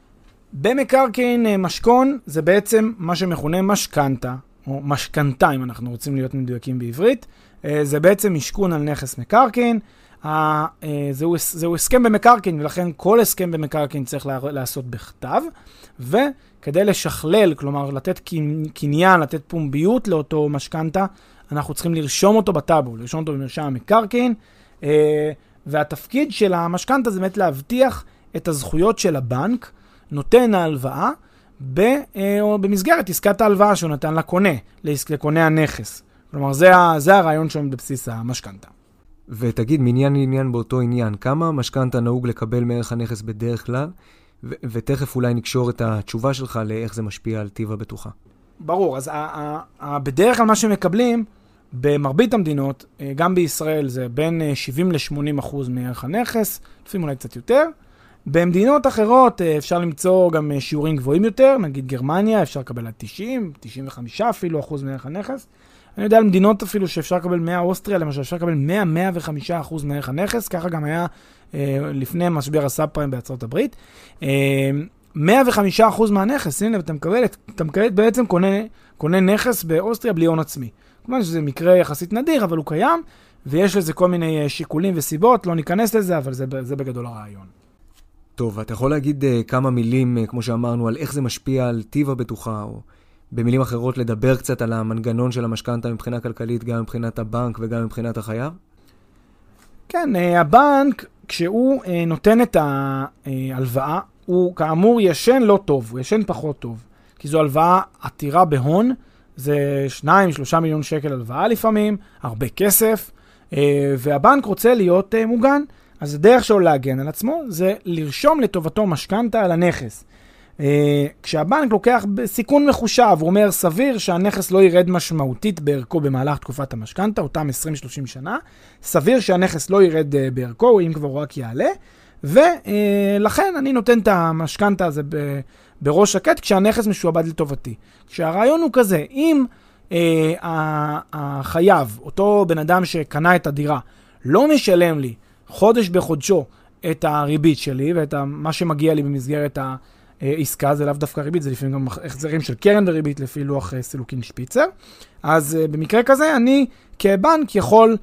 במקרקעין משכון זה בעצם מה שמכונה משכנתה, או משכנתה אם אנחנו רוצים להיות מדויקים בעברית, זה בעצם משכון על נכס מקרקעין, זהו, זהו הסכם במקרקעין, ולכן כל הסכם במקרקעין צריך לעשות בכתב, וכדי לשכלל, כלומר לתת קניין, לתת פומביות לאותו משכנתה, אנחנו צריכים לרשום אותו בטאבו, לרשום אותו במרשם המקרקעין, והתפקיד של המשכנתה זה באמת להבטיח את הזכויות של הבנק, נותן ההלוואה, במסגרת עסקת ההלוואה שהוא נתן לקונה, לקונה הנכס. כלומר, זה, זה הרעיון שעומד בבסיס המשכנתה. ותגיד, מעניין לעניין באותו עניין, כמה משכנתה נהוג לקבל מערך הנכס בדרך כלל, ו- ותכף אולי נקשור את התשובה שלך לאיך זה משפיע על טיב הבטוחה. ברור, אז ה- ה- ה- בדרך כלל מה שמקבלים, במרבית המדינות, גם בישראל זה בין שבעים ל-שמונים אחוז מערך הנכס, לפעמים אולי קצת יותר. במדינות אחרות אפשר למצוא גם שיעורים גבוהים יותר, נגיד גרמניה, אפשר לקבל עד תשעים, תשעים וחמישה אפילו אחוז מערך הנכס. אני יודע על מדינות אפילו שאפשר לקבל מאה, אוסטריה למשל, אפשר לקבל מאה עד מאה וחמישה אחוז מערך הנכס, ככה גם היה אה, לפני משבר הסאב-פריים בארצות הברית. אה, מאה וחמישה אחוז מהנכס, הנה, אתה מקבל, אתה מקבל בעצם קונה, קונה נכס באוסטריה בלי הון עצמי. כלומר שזה מקרה יחסית נדיר, אבל הוא קיים, ויש לזה כל מיני שיקולים וסיבות, לא ניכנס לזה, אבל זה, זה בגדול הרעיון. טוב, אתה יכול להגיד uh, כמה מילים, uh, כמו שאמרנו, על איך זה משפיע על טיב הבטוחה, או במילים אחרות לדבר קצת על המנגנון של המשכנתה מבחינה כלכלית, גם מבחינת הבנק וגם מבחינת החייב? כן, uh, הבנק, כשהוא uh, נותן את ההלוואה, הוא כאמור ישן לא טוב, הוא ישן פחות טוב, כי זו הלוואה עתירה בהון, זה שניים, שלושה מיליון שקל הלוואה לפעמים, הרבה כסף, uh, והבנק רוצה להיות uh, מוגן, אז הדרך שלו להגן על עצמו זה לרשום לטובתו משכנתה על הנכס. Uh, כשהבנק לוקח סיכון מחושב, הוא אומר סביר שהנכס לא ירד משמעותית בערכו במהלך תקופת המשכנתה, אותם עשרים שלושים שנה, סביר שהנכס לא ירד uh, בערכו, אם כבר הוא רק יעלה, ולכן uh, אני נותן את המשכנתה הזה ב- בראש שקט כשהנכס משועבד לטובתי. כשהרעיון הוא כזה, אם uh, החייב, אותו בן אדם שקנה את הדירה, לא משלם לי חודש בחודשו את הריבית שלי ואת מה שמגיע לי במסגרת העסקה, זה לאו דווקא ריבית, זה לפעמים גם החזרים של קרן וריבית לפי לוח סילוקין שפיצר. אז במקרה כזה אני כבנק יכול,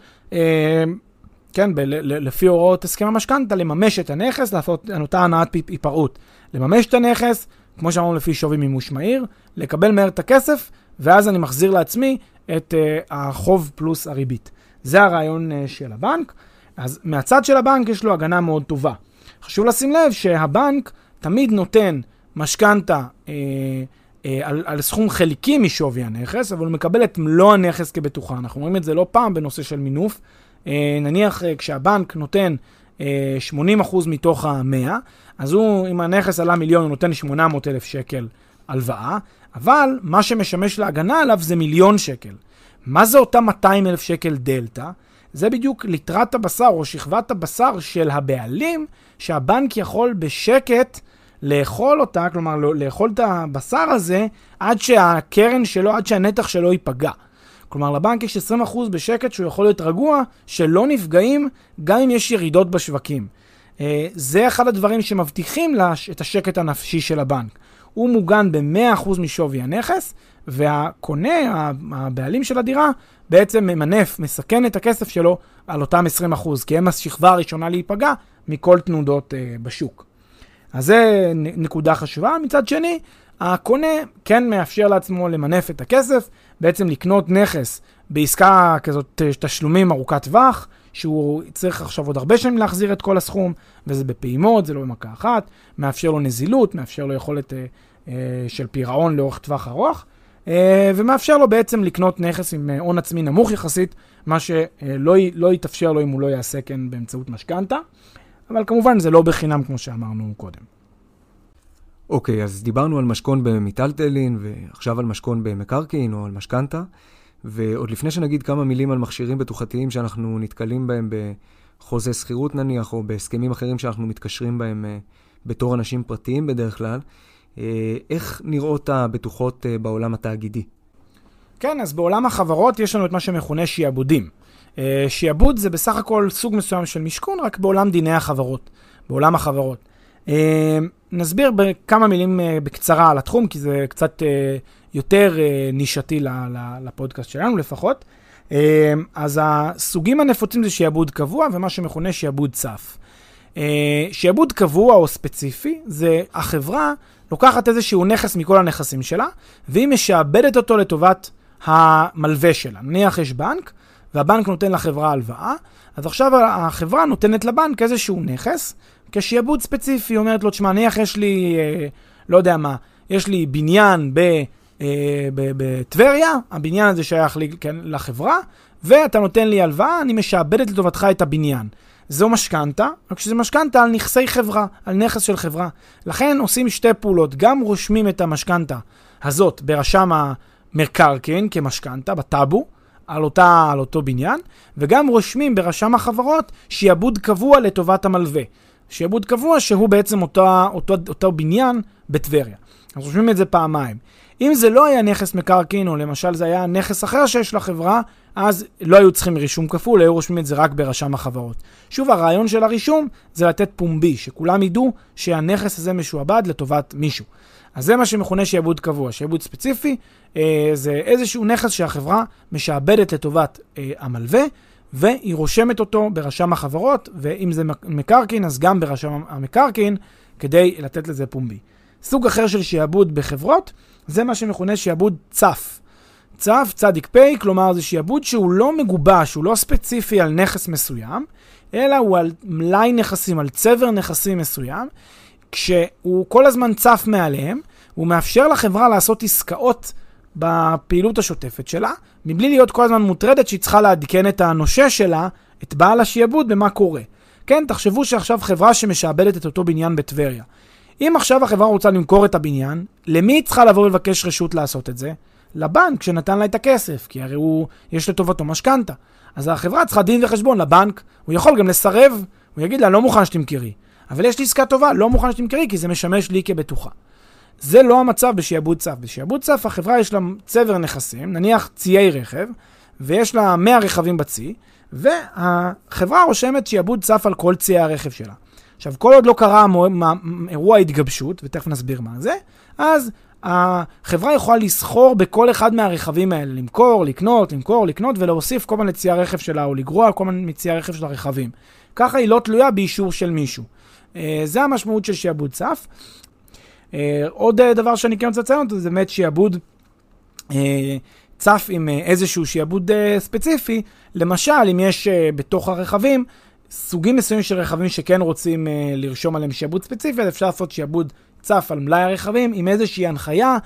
כן, ב- לפי הוראות הסכם המשכנתה, לממש את הנכס, לעשות אותה הנעת היפרעות. לממש את הנכס, כמו שאמרנו לפי שווי מימוש מהיר, לקבל מהר את הכסף, ואז אני מחזיר לעצמי את החוב פלוס הריבית. זה הרעיון של הבנק. אז מהצד של הבנק יש לו הגנה מאוד טובה. חשוב לשים לב שהבנק תמיד נותן משכנתה אה, אה, על, על סכום חלקי משווי הנכס, אבל הוא מקבל את מלוא הנכס כבטוחה. אנחנו רואים את זה לא פעם בנושא של מינוף. אה, נניח אה, כשהבנק נותן אה, שמונים אחוז מתוך ה-מאה, אז הוא, אם הנכס עלה מיליון, הוא נותן שמונה מאות אלף שקל הלוואה, אבל מה שמשמש להגנה עליו זה מיליון שקל. מה זה אותה מאתיים אלף שקל דלטה? זה בדיוק ליטרת הבשר או שכבת הבשר של הבעלים, שהבנק יכול בשקט לאכול אותה, כלומר לאכול את הבשר הזה, עד שהקרן שלו, עד שהנתח שלו ייפגע. כלומר לבנק יש עשרים אחוז בשקט שהוא יכול להיות רגוע, שלא נפגעים גם אם יש ירידות בשווקים. זה אחד הדברים שמבטיחים את השקט הנפשי של הבנק. הוא מוגן ב-מאה אחוז משווי הנכס, והקונה, הבעלים של הדירה, בעצם ממנף, מסכן את הכסף שלו על אותם עשרים אחוז, כי הם השכבה הראשונה להיפגע מכל תנודות uh, בשוק. אז זה נקודה חשובה. מצד שני, הקונה כן מאפשר לעצמו למנף את הכסף, בעצם לקנות נכס בעסקה כזאת תשלומים ארוכת טווח, שהוא צריך עכשיו עוד הרבה שנים להחזיר את כל הסכום, וזה בפעימות, זה לא במכה אחת, מאפשר לו נזילות, מאפשר לו יכולת uh, uh, של פירעון לאורך טווח ארוך, ומאפשר לו בעצם לקנות נכס עם הון עצמי נמוך יחסית, מה שלא לא יתאפשר לו אם הוא לא יעשה כן באמצעות משכנתה, אבל כמובן זה לא בחינם כמו שאמרנו קודם. אוקיי, אז דיברנו על משכון במיטלטלין, ועכשיו על משכון במקרקעין או על משכנתה, ועוד לפני שנגיד כמה מילים על מכשירים בטוחתיים שאנחנו נתקלים בהם בחוזה שכירות נניח, או בהסכמים אחרים שאנחנו מתקשרים בהם בתור אנשים פרטיים בדרך כלל, איך נראות הבטוחות בעולם התאגידי? כן, אז בעולם החברות יש לנו את מה שמכונה שיעבודים. שיעבוד זה בסך הכל סוג מסוים של משכון, רק בעולם דיני החברות, בעולם החברות. נסביר בכמה מילים בקצרה על התחום, כי זה קצת יותר נישתי לפודקאסט שלנו לפחות. אז הסוגים הנפוצים זה שיעבוד קבוע ומה שמכונה שיעבוד צף. שיעבוד קבוע או ספציפי זה החברה לוקחת איזשהו נכס מכל הנכסים שלה, והיא משעבדת אותו לטובת המלווה שלה. נניח יש בנק, והבנק נותן לחברה הלוואה, אז עכשיו החברה נותנת לבנק איזשהו נכס, כשיעבוד ספציפי, היא אומרת לו, תשמע, נניח יש לי, אה, לא יודע מה, יש לי בניין ב, אה, בטבריה, הבניין הזה שייך לי, כן, לחברה, ואתה נותן לי הלוואה, אני משעבדת לטובתך את הבניין. זו משכנתה, רק שזה משכנתה על נכסי חברה, על נכס של חברה. לכן עושים שתי פעולות, גם רושמים את המשכנתה הזאת ברשם המקרקעין כמשכנתה, בטאבו, על, אותה, על אותו בניין, וגם רושמים ברשם החברות שיעבוד קבוע לטובת המלווה. שיעבוד קבוע שהוא בעצם אותו, אותו, אותו בניין בטבריה. אז רושמים את זה פעמיים. אם זה לא היה נכס מקרקעין, או למשל זה היה נכס אחר שיש לחברה, אז לא היו צריכים רישום כפול, היו רושמים את זה רק ברשם החברות. שוב, הרעיון של הרישום זה לתת פומבי, שכולם ידעו שהנכס הזה משועבד לטובת מישהו. אז זה מה שמכונה שיעבוד קבוע. שיעבוד ספציפי אה, זה איזשהו נכס שהחברה משעבדת לטובת אה, המלווה, והיא רושמת אותו ברשם החברות, ואם זה מקרקעין, אז גם ברשם המקרקעין, כדי לתת לזה פומבי. סוג אחר של שיעבוד בחברות, זה מה שמכונה שיעבוד צף. צף, צדיק פי, כלומר זה שיעבוד שהוא לא מגובש, הוא לא ספציפי על נכס מסוים, אלא הוא על מלאי נכסים, על צבר נכסים מסוים, כשהוא כל הזמן צף מעליהם, הוא מאפשר לחברה לעשות עסקאות בפעילות השוטפת שלה, מבלי להיות כל הזמן מוטרדת שהיא צריכה לעדכן את הנושה שלה, את בעל השיעבוד במה קורה. כן, תחשבו שעכשיו חברה שמשעבדת את אותו בניין בטבריה. אם עכשיו החברה רוצה למכור את הבניין, למי היא צריכה לבוא ולבקש רשות לעשות את זה? לבנק שנתן לה את הכסף, כי הרי הוא, יש לטובתו משכנתה. אז החברה צריכה דין וחשבון לבנק, הוא יכול גם לסרב, הוא יגיד לה, לא מוכן שתמכרי. אבל יש לי עסקה טובה, לא מוכן שתמכרי, כי זה משמש לי כבטוחה. זה לא המצב בשיעבוד צף. בשיעבוד צף החברה יש לה צבר נכסים, נניח ציי רכב, ויש לה מאה רכבים בצי, והחברה רושמת שיעבוד צף על כל ציי הרכב שלה. עכשיו, כל עוד לא קרה אירוע התגבשות, ותכף נסביר מה זה, אז החברה יכולה לסחור בכל אחד מהרכבים האלה, למכור, לקנות, למכור, לקנות, ולהוסיף כל מיני ציי הרכב שלה, או לגרוע כל מיני ציי הרכב של הרכבים. ככה היא לא תלויה באישור של מישהו. זה המשמעות של שיעבוד צף. עוד דבר שאני כן רוצה לציין אותו, זה באמת שיעבוד צף עם איזשהו שיעבוד ספציפי. למשל, אם יש בתוך הרכבים, סוגים מסוימים של רכבים שכן רוצים לרשום עליהם שיעבוד ספציפי, אז אפשר לעשות שיעבוד צף על מלאי הרכבים עם איזושהי הנחיה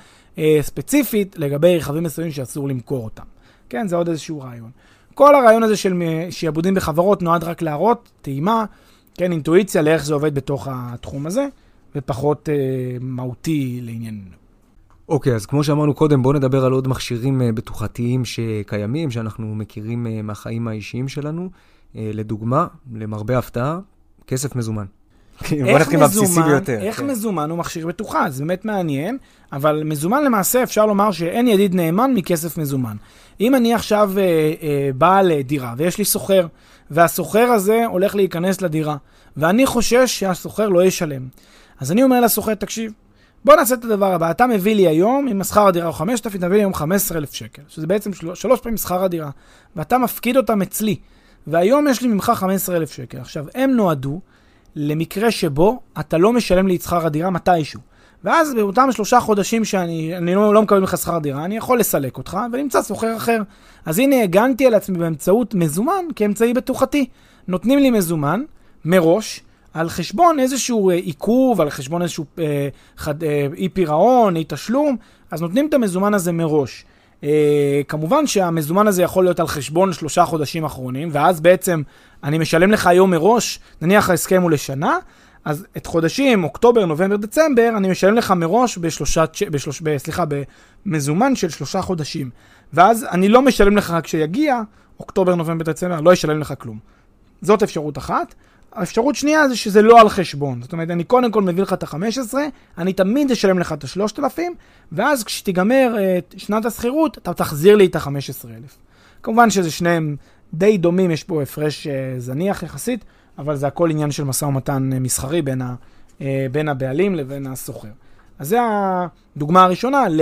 ספציפית לגבי רכבים מסוימים שאסור למכור אותם. כן, זה עוד איזשהו רעיון. כל הרעיון הזה של שיעבודים בחברות נועד רק להראות טעימה, כן, אינטואיציה לאיך זה עובד בתוך התחום הזה, ופחות אה, מהותי לעניין. אוקיי, אז כמו שאמרנו קודם, בואו נדבר על עוד מכשירים אה, בטוחתיים שקיימים, שאנחנו מכירים אה, מהחיים האישיים שלנו. אה, לדוגמה, למרבה הפתעה, כסף מזומן. בוא נתחיל מהבסיסי ביותר. איך כן. מזומן הוא מכשיר בטוחה? זה באמת מעניין, אבל מזומן למעשה אפשר לומר שאין ידיד נאמן מכסף מזומן. אם אני עכשיו אה, אה, בעל דירה ויש לי סוחר, והסוחר הזה הולך להיכנס לדירה, ואני חושש שהסוחר לא ישלם. אז אני אומר לסוחר, תקשיב, בוא נעשה את הדבר הבא, אתה מביא לי היום, אם שכר הדירה הוא חמשת אלפים, תביא לי היום חמישה עשר אלף שקל, שזה בעצם של... שלוש פעמים שכר הדירה, ואתה מפקיד אותם אצלי, והיום יש לי ממך חמישה עשר אלף שקל. עכשיו, הם נועדו למקרה שבו אתה לא משלם לי את שכר הדירה מתישהו. ואז באותם שלושה חודשים שאני אני לא, לא מקבל ממך שכר דירה, אני יכול לסלק אותך ולמצא סוחר אחר. אז הנה, הגנתי על עצמי באמצעות מזומן כאמצעי בטוחתי. נותנים לי מזומן מראש על חשבון איזשהו עיכוב, על חשבון איזשהו אה, חד, אה, אי פירעון, אי תשלום, אז נותנים את המזומן הזה מראש. אה, כמובן שהמזומן הזה יכול להיות על חשבון שלושה חודשים אחרונים, ואז בעצם אני משלם לך היום מראש, נניח ההסכם הוא לשנה, אז את חודשים, אוקטובר, נובמבר, דצמבר, אני משלם לך מראש בשלושה, בשלוש, ב, סליחה, במזומן של שלושה חודשים. ואז אני לא משלם לך רק כשיגיע, אוקטובר, נובמבר, דצמבר, לא ישלם לך כלום. זאת אפשרות אחת. האפשרות שנייה זה שזה לא על חשבון. זאת אומרת, אני קודם כל מביא לך את ה-חמש עשרה, אני תמיד אשלם לך את ה-שלושת אלפים, ואז כשתיגמר uh, שנת הסחירות, אתה תחזיר לי את ה-חמישה עשר אלף. כמובן שזה שניהם די דומים, יש פה הפרש uh, זניח יחסית, אבל זה הכל עניין של משא ומתן uh, מסחרי בין, ה, uh, בין הבעלים לבין הסוחר. אז זה הדוגמה הראשונה ל... Uh,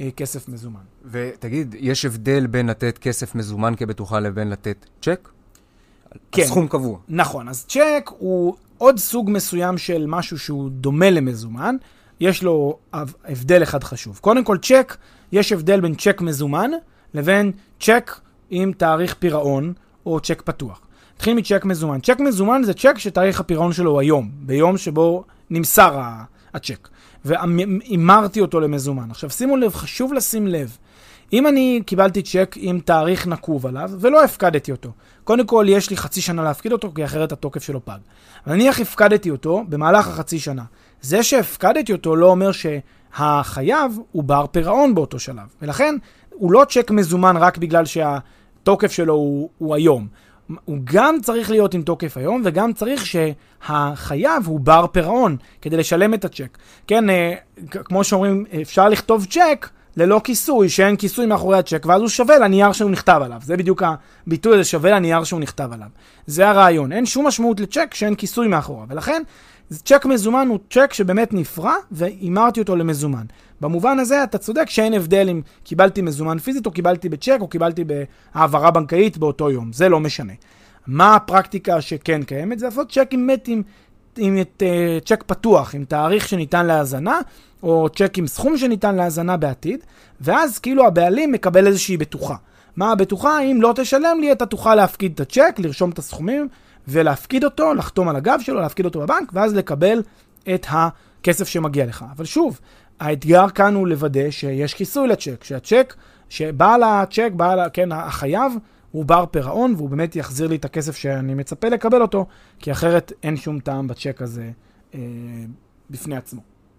אה, כסף מזומן. ותגיד, יש הבדל בין לתת כסף מזומן כבטוחה לבין לתת צ'ק? כן. הסכום קבוע. נכון, אז צ'ק הוא עוד סוג מסוים של משהו שהוא דומה למזומן, יש לו הבדל אחד חשוב. קודם כל, צ'ק, יש הבדל בין צ'ק מזומן לבין צ'ק עם תאריך פירעון או צ'ק פתוח. נתחיל מצ'ק מזומן. צ'ק מזומן זה צ'ק שתאריך הפירעון שלו הוא היום, ביום שבו נמסר הצ'ק, ואימרתי אותו למזומן. עכשיו, שימו לב, חשוב לשים לב, אם אני קיבלתי צ'ק עם תאריך נקוב עליו, ולא הפקדתי אותו, קודם כל יש לי חצי שנה להפקיד אותו, כי אחרת התוקף שלו פג. נניח הפקדתי אותו במהלך החצי שנה. זה שהפקדתי אותו לא אומר שהחייב הוא בר פירעון באותו שלב. ולכן הוא לא צ'ק מזומן רק בגלל שהתוקף שלו הוא, הוא היום. הוא גם צריך להיות עם תוקף היום, וגם צריך שהחייב הוא בר פירעון כדי לשלם את הצ'ק. כן, כמו שאומרים, אפשר לכתוב צ'ק ללא כיסוי, שאין כיסוי מאחורי הצ'ק, ואז הוא שווה לנייר שהוא נכתב עליו. זה בדיוק הביטוי הזה, שווה לנייר שהוא נכתב עליו. זה הרעיון. אין שום משמעות לצ'ק שאין כיסוי מאחוריו. ולכן, צ'ק מזומן הוא צ'ק שבאמת נפרע, ואימרתי אותו למזומן. במובן הזה אתה צודק שאין הבדל אם קיבלתי מזומן פיזית, או קיבלתי בצ'ק, או קיבלתי בהעברה בנקאית באותו יום. זה לא משנה. מה הפרקטיקה שכן קיימת? זה לעשות צ'ק עם, עם, עם את, uh, צ'ק פתוח, עם תאריך שניתן להזנה, או צ'ק עם סכום שניתן להזנה בעתיד, ואז כאילו הבעלים מקבל איזושהי בטוחה. מה הבטוחה? אם לא תשלם לי, אתה תוכל להפקיד את הצ'ק, לרשום את הסכומים, ולהפקיד אותו, לחתום על הגב שלו, להפקיד אותו בבנק, ואז לקבל את הכסף שמגיע לך. אבל שוב, האתגר כאן הוא לוודא שיש כיסוי לצ'ק, שהצ'ק, שבעל הצ'ק, בעל, כן, החייב, הוא בר פירעון, והוא באמת יחזיר לי את הכסף שאני מצפה לקבל אותו, כי אחרת אין שום טעם בצ'ק הזה אה, בפני עצמו.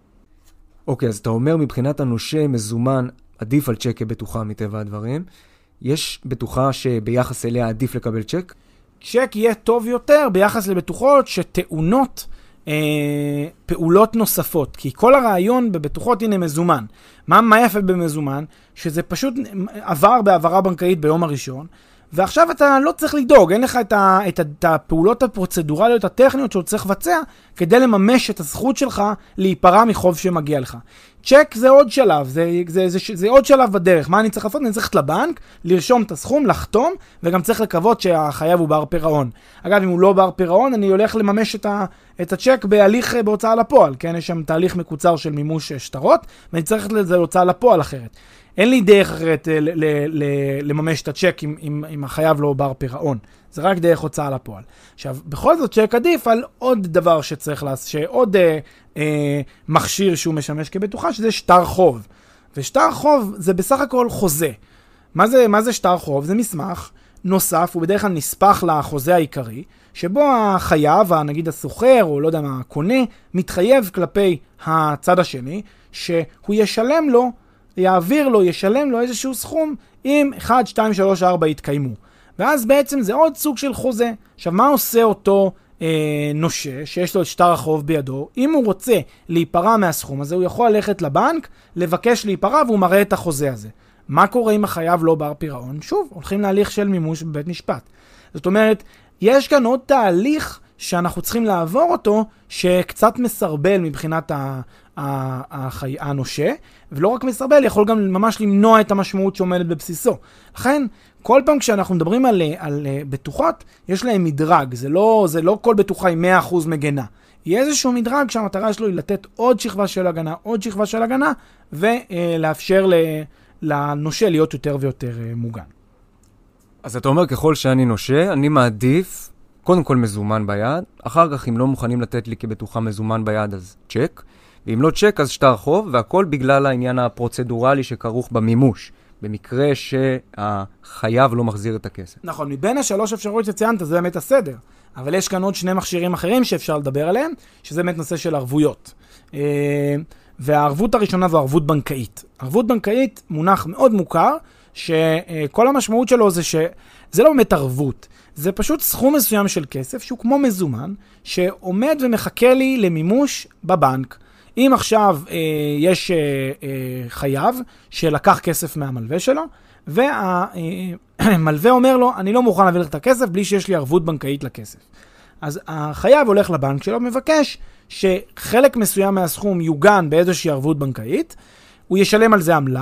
אוקיי, אז אתה אומר מבחינת הנושה מזומן, עדיף על צ'ק כבטוחה מטבע הדברים. יש בטוחה שביחס אליה עדיף לקבל צ'ק? צ'ק יהיה טוב יותר ביחס לבטוחות שטעונות אה, פעולות נוספות. כי כל הרעיון בבטוחות הנה מזומן. מה, מה יפה במזומן? שזה פשוט עבר בעברה בנקאית ביום הראשון, ועכשיו אתה לא צריך לדאוג, אין לך את, ה, את, ה, את הפעולות הפרוצדורליות הטכניות שאתה צריך לבצע כדי לממש את הזכות שלך להיפרע מחוב שמגיע לך. צ'ק זה עוד שלב, זה, זה, זה, זה, זה עוד שלב בדרך. מה אני צריך לעשות? אני צריך ללכת לבנק, לרשום את הסכום, לחתום, וגם צריך לקוות שהחייב הוא בר פירעון. אגב, אם הוא לא בר פירעון, אני הולך לממש את, ה, את הצ'ק בהליך בהוצאה לפועל. כן, יש שם תהליך מקוצר של מימוש שטרות, ואני צריך לזה להוצאה לפועל אחרת. אין לי דרך אחרת ל- ל- ל- לממש את הצ'ק אם, אם, אם החייב לא בר פירעון. זה רק דרך הוצאה לפועל. עכשיו, בכל זאת צ'ק עדיף על עוד דבר שצריך לעשות, שעוד אה, אה, מכשיר שהוא משמש כבטוחה, שזה שטר חוב. ושטר חוב זה בסך הכל חוזה. מה זה, מה זה שטר חוב? זה מסמך נוסף, הוא בדרך כלל נספח לחוזה העיקרי, שבו החייב, נגיד הסוחר, או לא יודע מה, הקונה, מתחייב כלפי הצד השני, שהוא ישלם לו, יעביר לו, ישלם לו איזשהו סכום, אם אחת, שתיים, שלוש, ארבע יתקיימו. ואז בעצם זה עוד סוג של חוזה. עכשיו, מה עושה אותו אה, נושה, שיש לו את שטר החוב בידו? אם הוא רוצה להיפרע מהסכום הזה, הוא יכול ללכת לבנק, לבקש להיפרע, והוא מראה את החוזה הזה. מה קורה אם החייב לא בר פירעון? שוב, הולכים להליך של מימוש בבית משפט. זאת אומרת, יש כאן עוד תהליך שאנחנו צריכים לעבור אותו, שקצת מסרבל מבחינת ה... החי... הנושה, ולא רק מסרבל, יכול גם ממש למנוע את המשמעות שעומדת בבסיסו. לכן, כל פעם כשאנחנו מדברים על, על בטוחות, יש להם מדרג. זה לא, זה לא כל בטוחה היא מאה אחוז מגנה. יהיה איזשהו מדרג שהמטרה שלו היא לתת עוד שכבה של הגנה, עוד שכבה של הגנה, ולאפשר לנושה להיות יותר ויותר מוגן. אז אתה אומר, ככל שאני נושה, אני מעדיף קודם כל מזומן ביד, אחר כך אם לא מוכנים לתת לי כבטוחה מזומן ביד, אז צ'ק. ואם לא צ'ק, אז שטר חוב, והכל בגלל העניין הפרוצדורלי שכרוך במימוש, במקרה שהחייב לא מחזיר את הכסף. נכון, מבין השלוש אפשרויות שציינת, זה באמת הסדר. אבל יש כאן עוד שני מכשירים אחרים שאפשר לדבר עליהם, שזה באמת נושא של ערבויות. והערבות הראשונה זו ערבות בנקאית. ערבות בנקאית מונח מאוד מוכר, שכל המשמעות שלו זה שזה לא באמת ערבות. זה פשוט סכום מסוים של כסף, שהוא כמו מזומן, שעומד ומחכה לי למימוש בבנק. אם עכשיו אה, יש אה, אה, חייב שלקח כסף מהמלווה שלו, והמלווה אומר לו, אני לא מוכן להביא לך את הכסף בלי שיש לי ערבות בנקאית לכסף. אז החייב הולך לבנק שלו, מבקש שחלק מסוים מהסכום יוגן באיזושהי ערבות בנקאית, הוא ישלם על זה עמלה,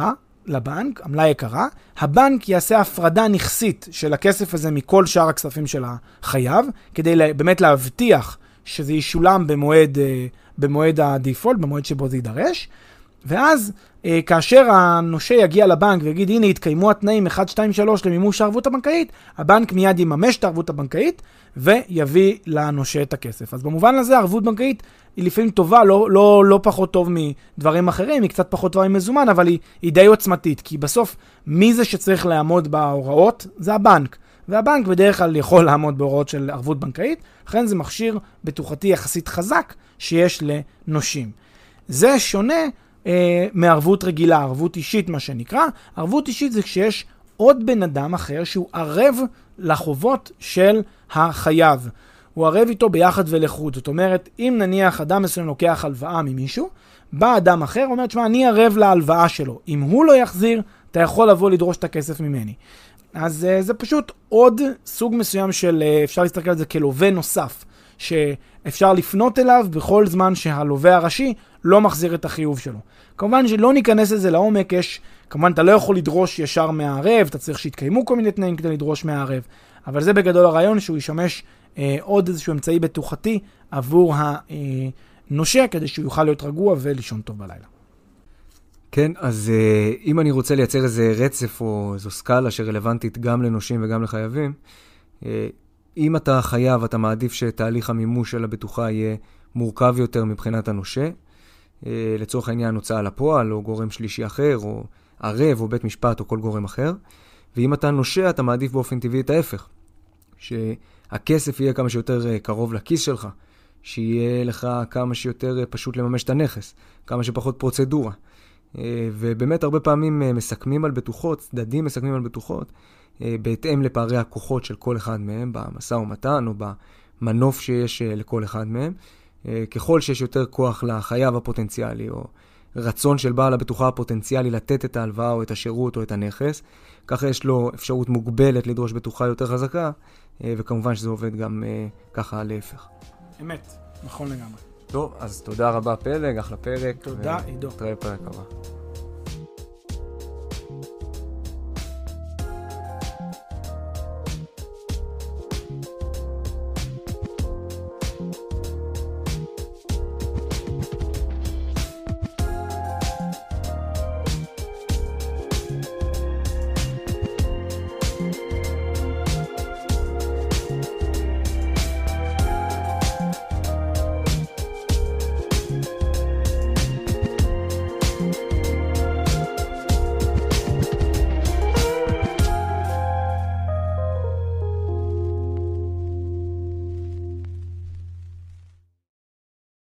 לבנק, עמלה יקרה, הבנק יעשה הפרדה נכסית של הכסף הזה מכל שאר הכספים של החייב, כדי באמת להבטיח שזה ישולם במועד, במועד הדיפולט, במועד שבו זה יידרש, ואז כאשר הנושה יגיע לבנק ויגיד, הנה התקיימו התנאים אחת, שתיים, שלוש למימוש הערבות הבנקאית, הבנק מיד יממש את הערבות הבנקאית ויביא לנושה את הכסף. אז במובן הזה הערבות בנקאית היא לפעמים טובה, לא, לא, לא פחות טוב מדברים אחרים, היא קצת פחות טובה ממזומן, אבל היא, היא די עוצמתית, כי בסוף מי זה שצריך לעמוד בהוראות? זה הבנק. והבנק בדרך כלל יכול לעמוד בהוראות של ערבות בנקאית, לכן זה מכשיר בטוחתי יחסית חזק שיש לנושים. זה שונה אה, מערבות רגילה, ערבות אישית מה שנקרא. ערבות אישית זה כשיש עוד בן אדם אחר שהוא ערב לחובות של החייב. הוא ערב איתו ביחד ולחוד. זאת אומרת, אם נניח אדם מסוים לוקח הלוואה ממישהו, בא אדם אחר, אומר, תשמע, אני ערב להלוואה שלו. אם הוא לא יחזיר, אתה יכול לבוא לדרוש את הכסף ממני. אז uh, זה פשוט עוד סוג מסוים של, uh, אפשר להסתכל על זה כלווה נוסף, שאפשר לפנות אליו בכל זמן שהלווה הראשי לא מחזיר את החיוב שלו. כמובן שלא ניכנס לזה לעומק, יש, כמובן אתה לא יכול לדרוש ישר מהערב, אתה צריך שיתקיימו כל מיני תנאים כדי לדרוש מהערב, אבל זה בגדול הרעיון שהוא ישמש uh, עוד איזשהו אמצעי בטוחתי עבור הנושה, כדי שהוא יוכל להיות רגוע ולישון טוב בלילה. כן, אז uh, אם אני רוצה לייצר איזה רצף או איזו סקאלה שרלוונטית גם לנושים וגם לחייבים, uh, אם אתה חייב, אתה מעדיף שתהליך המימוש של הבטוחה יהיה מורכב יותר מבחינת הנושה, uh, לצורך העניין הוצאה לפועל או גורם שלישי אחר, או ערב או בית משפט או כל גורם אחר, ואם אתה נושה, אתה מעדיף באופן טבעי את ההפך, שהכסף יהיה כמה שיותר uh, קרוב לכיס שלך, שיהיה לך כמה שיותר uh, פשוט לממש את הנכס, כמה שפחות פרוצדורה. ובאמת הרבה פעמים מסכמים על בטוחות, צדדים מסכמים על בטוחות, בהתאם לפערי הכוחות של כל אחד מהם, במשא ומתן או במנוף שיש לכל אחד מהם. ככל שיש יותר כוח לחייב הפוטנציאלי, או רצון של בעל הבטוחה הפוטנציאלי לתת את ההלוואה או את השירות או את הנכס, ככה יש לו אפשרות מוגבלת לדרוש בטוחה יותר חזקה, וכמובן שזה עובד גם ככה להפך. אמת, נכון לגמרי. טוב, אז תודה רבה פלג, אחלה פרק. תודה, עידו. נתראה בפרק הבא.